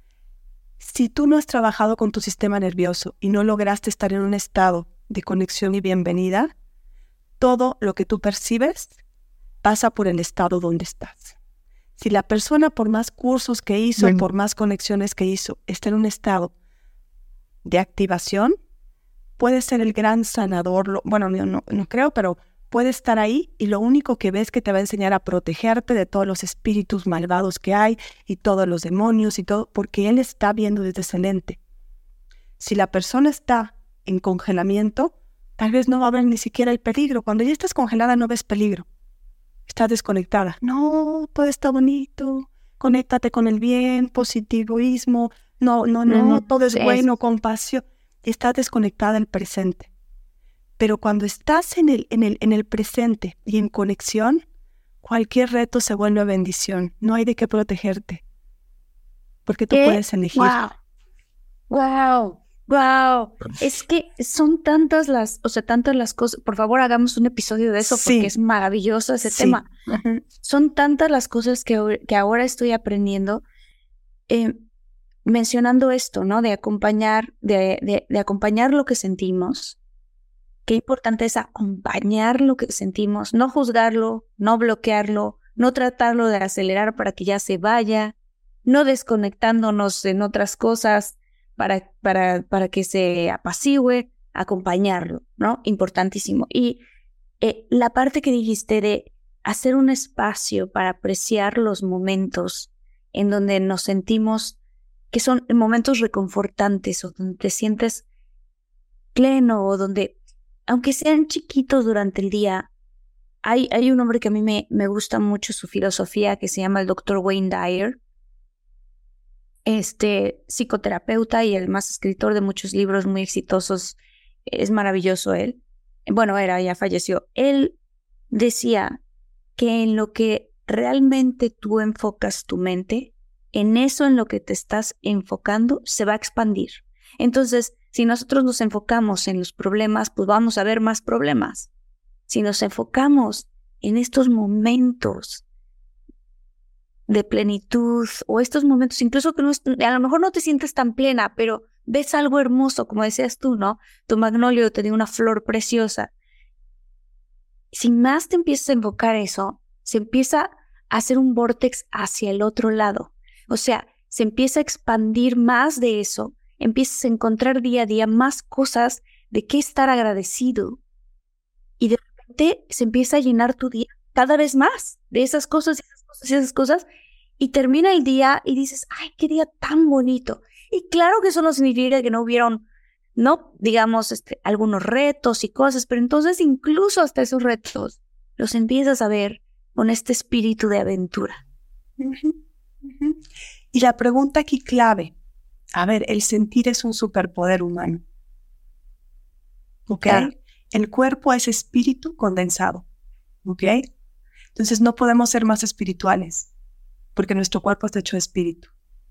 Si tú no has trabajado con tu sistema nervioso y no lograste estar en un estado de conexión y bienvenida, todo lo que tú percibes pasa por el estado donde estás. Si la persona, por más cursos que hizo, por más conexiones que hizo, está en un estado de activación, puede ser el gran sanador. Bueno, no creo, pero puede estar ahí y lo único que ves que te va a enseñar a protegerte de todos los espíritus malvados que hay y todos los demonios y todo, porque él está viendo desde ese lente. Si la persona está en congelamiento, tal vez no va a ver ni siquiera el peligro. Cuando ya estás congelada no ves peligro. Estás desconectada. No, todo está bonito. Conéctate con el bien, positivismo. No, todo es bueno, compasión. Y estás desconectada del presente. Pero cuando estás en el presente y en conexión, cualquier reto se vuelve bendición. No hay de qué protegerte. Porque tú puedes elegir. ¡Wow! Es que son tantas las cosas. Por favor, hagamos un episodio de eso porque es maravilloso ese tema. Uh-huh. Son tantas las cosas que ahora estoy aprendiendo. Mencionando esto, ¿no? De acompañar lo que sentimos. Qué importante es acompañar lo que sentimos, no juzgarlo, no bloquearlo, no tratarlo de acelerar para que ya se vaya, no desconectándonos en otras cosas para que se apacigüe, acompañarlo, ¿no? Importantísimo. Y la parte que dijiste de hacer un espacio para apreciar los momentos en donde nos sentimos que son momentos reconfortantes o donde te sientes pleno o donde, aunque sean chiquitos durante el día, hay un hombre que a mí me gusta mucho su filosofía que se llama el Dr. Wayne Dyer, psicoterapeuta y además escritor de muchos libros muy exitosos. Es maravilloso él. Bueno, ya falleció. Él decía que en lo que realmente tú enfocas tu mente, en eso en lo que te estás enfocando, se va a expandir. Entonces, si nosotros nos enfocamos en los problemas, pues vamos a ver más problemas. Si nos enfocamos en estos momentos de plenitud o estos momentos, incluso que a lo mejor no te sientes tan plena, pero ves algo hermoso, como decías tú, ¿no? Tu magnolio te dio una flor preciosa. Si más te empiezas a enfocar eso, se empieza a hacer un vórtex hacia el otro lado. O sea, se empieza a expandir más de eso, empiezas a encontrar día a día más cosas de qué estar agradecido. Y de repente se empieza a llenar tu día cada vez más de esas cosas, y termina el día y dices, ¡ay, qué día tan bonito! Y claro que eso no significa que no hubieron, ¿no? Digamos, algunos retos y cosas, pero entonces incluso hasta esos retos los empiezas a ver con este espíritu de aventura. Uh-huh. Uh-huh. Y la pregunta aquí clave, a ver, el sentir es un superpoder humano. ¿Ok? Claro. El cuerpo es espíritu condensado. ¿Ok? Entonces no podemos ser más espirituales, porque nuestro cuerpo está hecho de espíritu.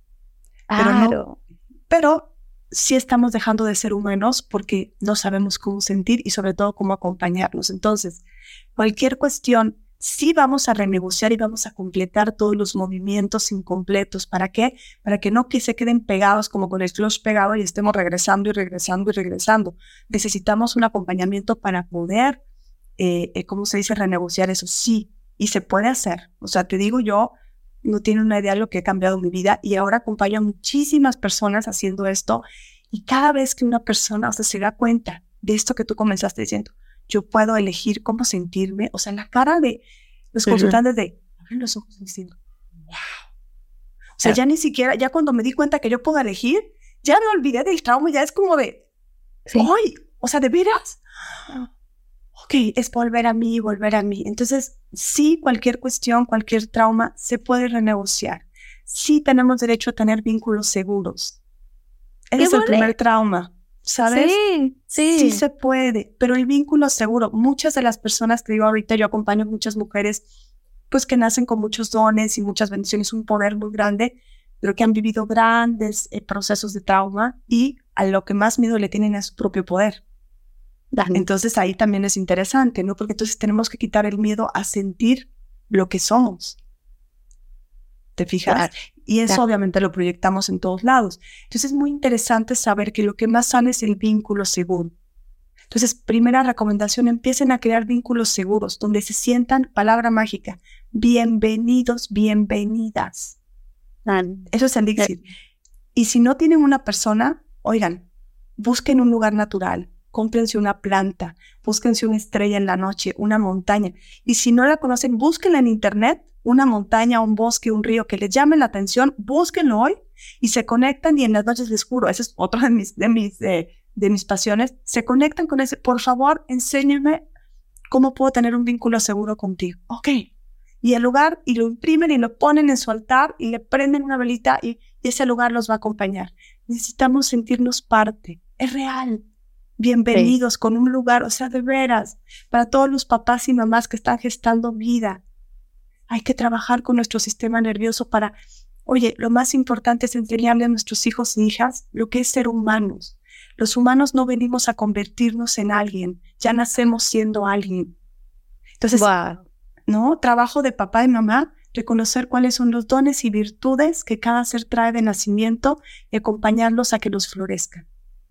Claro. Pero sí estamos dejando de ser humanos porque no sabemos cómo sentir y sobre todo cómo acompañarnos. Entonces, cualquier cuestión, sí vamos a renegociar y vamos a completar todos los movimientos incompletos. ¿Para qué? Para que no que se queden pegados como con el clutch pegado y estemos regresando y regresando y regresando. Necesitamos un acompañamiento para poder, ¿cómo se dice? Renegociar eso. Sí. Y se puede hacer. O sea, te digo, yo no tiene una idea de lo que ha cambiado mi vida y ahora acompaño a muchísimas personas haciendo esto y cada vez que una persona, o sea, se da cuenta de esto que tú comenzaste diciendo, yo puedo elegir cómo sentirme, o sea, la cara de los consultantes de abrir los ojos diciendo, wow. O sea, ya ni siquiera, ya cuando me di cuenta que yo puedo elegir, ya me olvidé del trauma, ya es como de, ¡ay! O sea, ¿de veras? Ok, es volver a mí. Entonces, sí, cualquier cuestión, cualquier trauma se puede renegociar. Sí tenemos derecho a tener vínculos seguros. Ese es el primer trauma, ¿sabes? Sí se puede, pero el vínculo seguro. Muchas de las personas que digo ahorita, yo acompaño a muchas mujeres pues que nacen con muchos dones y muchas bendiciones, un poder muy grande, pero que han vivido grandes procesos de trauma y a lo que más miedo le tienen es su propio poder. Entonces ahí también es interesante, ¿no? Porque entonces tenemos que quitar el miedo a sentir lo que somos. ¿te fijas? Claro. Y eso obviamente lo proyectamos en todos lados. Entonces es muy interesante saber que lo que más sana es el vínculo seguro. Entonces, primera recomendación, empiecen a crear vínculos seguros, donde se sientan, palabra mágica, bienvenidos, bienvenidas. Eso es el elixir. Y si no tienen una persona, oigan, busquen un lugar natural, cómprense una planta, búsquense una estrella en la noche, una montaña. Y si no la conocen, búsquenla en internet, una montaña, un bosque, un río que les llame la atención, búsquenlo hoy y se conectan y en las noches les juro, ese es otro de mis pasiones, se conectan con ese, por favor, enséñenme cómo puedo tener un vínculo seguro contigo. Ok. Y el lugar, y lo imprimen y lo ponen en su altar y le prenden una velita y ese lugar los va a acompañar. Necesitamos sentirnos parte. Es real. Bienvenidos con un lugar, o sea, de veras, para todos los papás y mamás que están gestando vida. Hay que trabajar con nuestro sistema nervioso para, oye, lo más importante es enseñarle a nuestros hijos e hijas lo que es ser humanos. Los humanos no venimos a convertirnos en alguien, ya nacemos siendo alguien. Entonces, ¿no? Trabajo de papá y mamá, reconocer cuáles son los dones y virtudes que cada ser trae de nacimiento y acompañarlos a que los florezcan.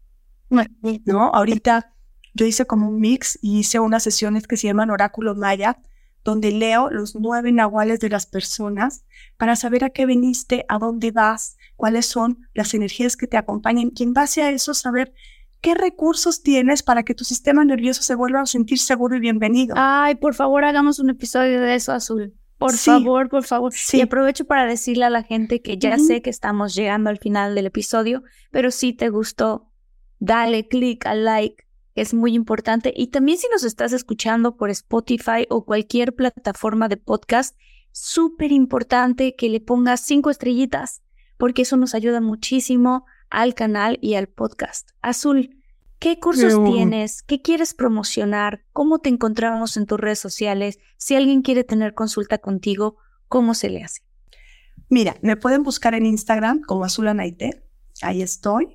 ¿No? Ahorita yo hice como un mix y hice unas sesiones que se llaman Oráculo Maya, donde leo los 9 nahuales de las personas para saber a qué viniste, a dónde vas, cuáles son las energías que te acompañan y en base a eso saber qué recursos tienes para que tu sistema nervioso se vuelva a sentir seguro y bienvenido. Ay, por favor, hagamos un episodio de eso, Azul. Por favor, por favor. Sí. Y aprovecho para decirle a la gente que ya sé que estamos llegando al final del episodio, pero si te gustó, dale click al like, que es muy importante. Y también si nos estás escuchando por Spotify o cualquier plataforma de podcast, súper importante que le pongas 5 estrellitas, porque eso nos ayuda muchísimo al canal y al podcast. Azul, ¿qué cursos tienes? ¿Qué quieres promocionar? ¿Cómo te encontramos en tus redes sociales? Si alguien quiere tener consulta contigo, ¿cómo se le hace? Mira, me pueden buscar en Instagram como Azul Anaité. Ahí estoy.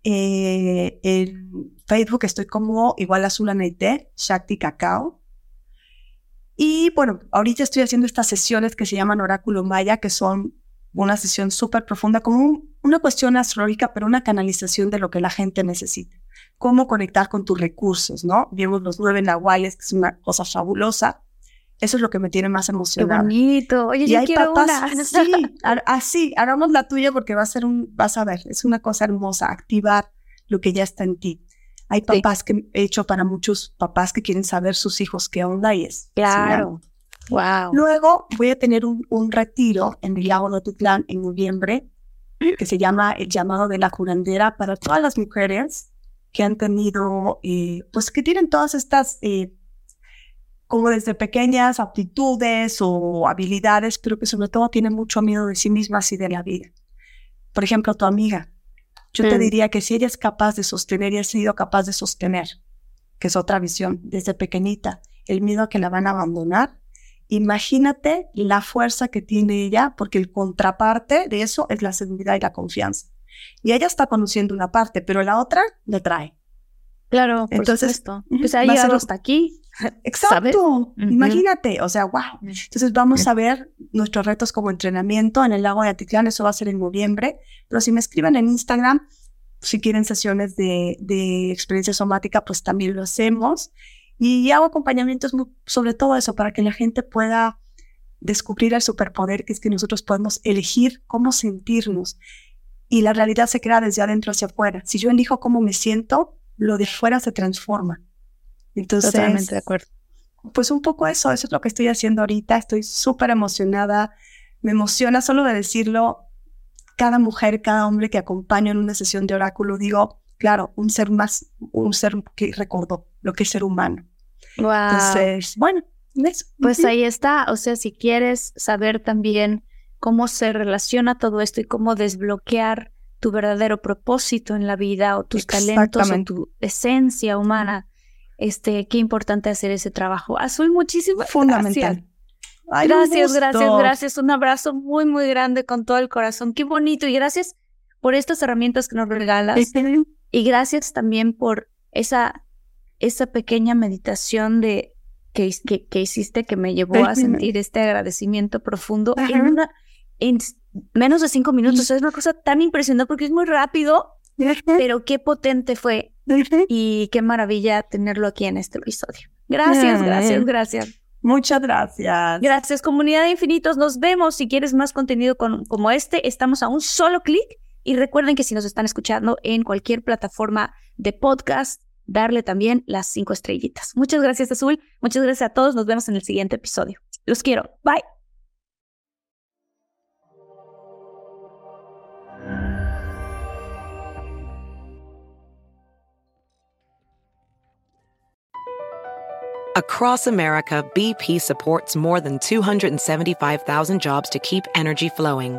En Facebook estoy como igual Azul Anaité, Shakti Cacao. Y bueno, ahorita estoy haciendo estas sesiones que se llaman Oráculo Maya, que son una sesión súper profunda, como una cuestión astrológica, pero una canalización de lo que la gente necesita. Cómo conectar con tus recursos, ¿no? Vimos los 9 nahuales, que es una cosa fabulosa. Eso es lo que me tiene más emocionada. ¡Qué bonito! Oye, yo quiero una. Sí, así, hagamos la tuya porque vas a ver, es una cosa hermosa, activar lo que ya está en ti. Hay papás que he hecho para muchos papás que quieren saber sus hijos qué onda y es. Claro. ¿Sí? Wow. Luego voy a tener un retiro en el lago de Otitlán en noviembre que se llama El Llamado de la Curandera para todas las mujeres que han tenido, pues que tienen todas estas, como desde pequeñas aptitudes o habilidades, pero que sobre todo tienen mucho miedo de sí mismas y de la vida. Por ejemplo, tu amiga. Yo te diría que si ella es capaz de sostener y ha sido capaz de sostener, que es otra visión, desde pequeñita, el miedo a que la van a abandonar, imagínate la fuerza que tiene ella, porque el contraparte de eso es la seguridad y la confianza. Y ella está conociendo una parte, pero la otra le trae. Claro, entonces, por supuesto. Pues ha llegado hasta aquí. Exacto. Imagínate, o sea, wow. Entonces vamos a ver nuestros retos como entrenamiento en el lago de Atitlán, eso va a ser en noviembre, pero si me escriben en Instagram, si quieren sesiones de experiencia somática, pues también lo hacemos. Y hago acompañamientos sobre todo eso, para que la gente pueda descubrir el superpoder que es que nosotros podemos elegir cómo sentirnos. Y la realidad se crea desde adentro hacia afuera. Si yo elijo cómo me siento, lo de fuera se transforma. Entonces, totalmente de acuerdo. Pues un poco eso es lo que estoy haciendo ahorita. Estoy súper emocionada. Me emociona solo de decirlo. Cada mujer, cada hombre que acompaño en una sesión de oráculo, digo, claro, un ser que recordó lo que es ser humano. Wow. Entonces, bueno, eso. Pues ahí está. O sea, si quieres saber también cómo se relaciona todo esto y cómo desbloquear tu verdadero propósito en la vida o tus talentos o tu esencia humana, qué importante hacer ese trabajo. Azul, muchísimas fundamental. Gracias. Gracias. Un abrazo muy, muy grande con todo el corazón. Qué bonito. Y gracias por estas herramientas que nos regalas. Y gracias también por esa pequeña meditación que hiciste que me llevó a sentir este agradecimiento profundo en menos de 5 minutos. Es una cosa tan impresionante porque es muy rápido, pero qué potente fue y qué maravilla tenerlo aquí en este episodio. Gracias. Muchas gracias. Gracias, comunidad de infinitos. Nos vemos. Si quieres más contenido como este, estamos a un solo clic. Y recuerden que si nos están escuchando en cualquier plataforma de podcast, darle también las 5 estrellitas. Muchas gracias, Azul. Muchas gracias a todos. Nos vemos en el siguiente episodio. Los quiero. Bye. Across America, BP supports more than 275,000 jobs to keep energy flowing.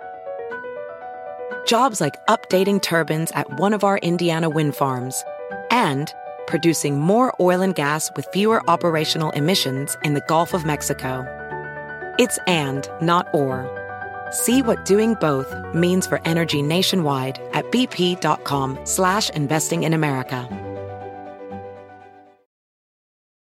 Jobs like updating turbines at one of our Indiana wind farms and producing more oil and gas with fewer operational emissions in the Gulf of Mexico. It's and, not or. See what doing both means for energy nationwide at bp.com/investing in America.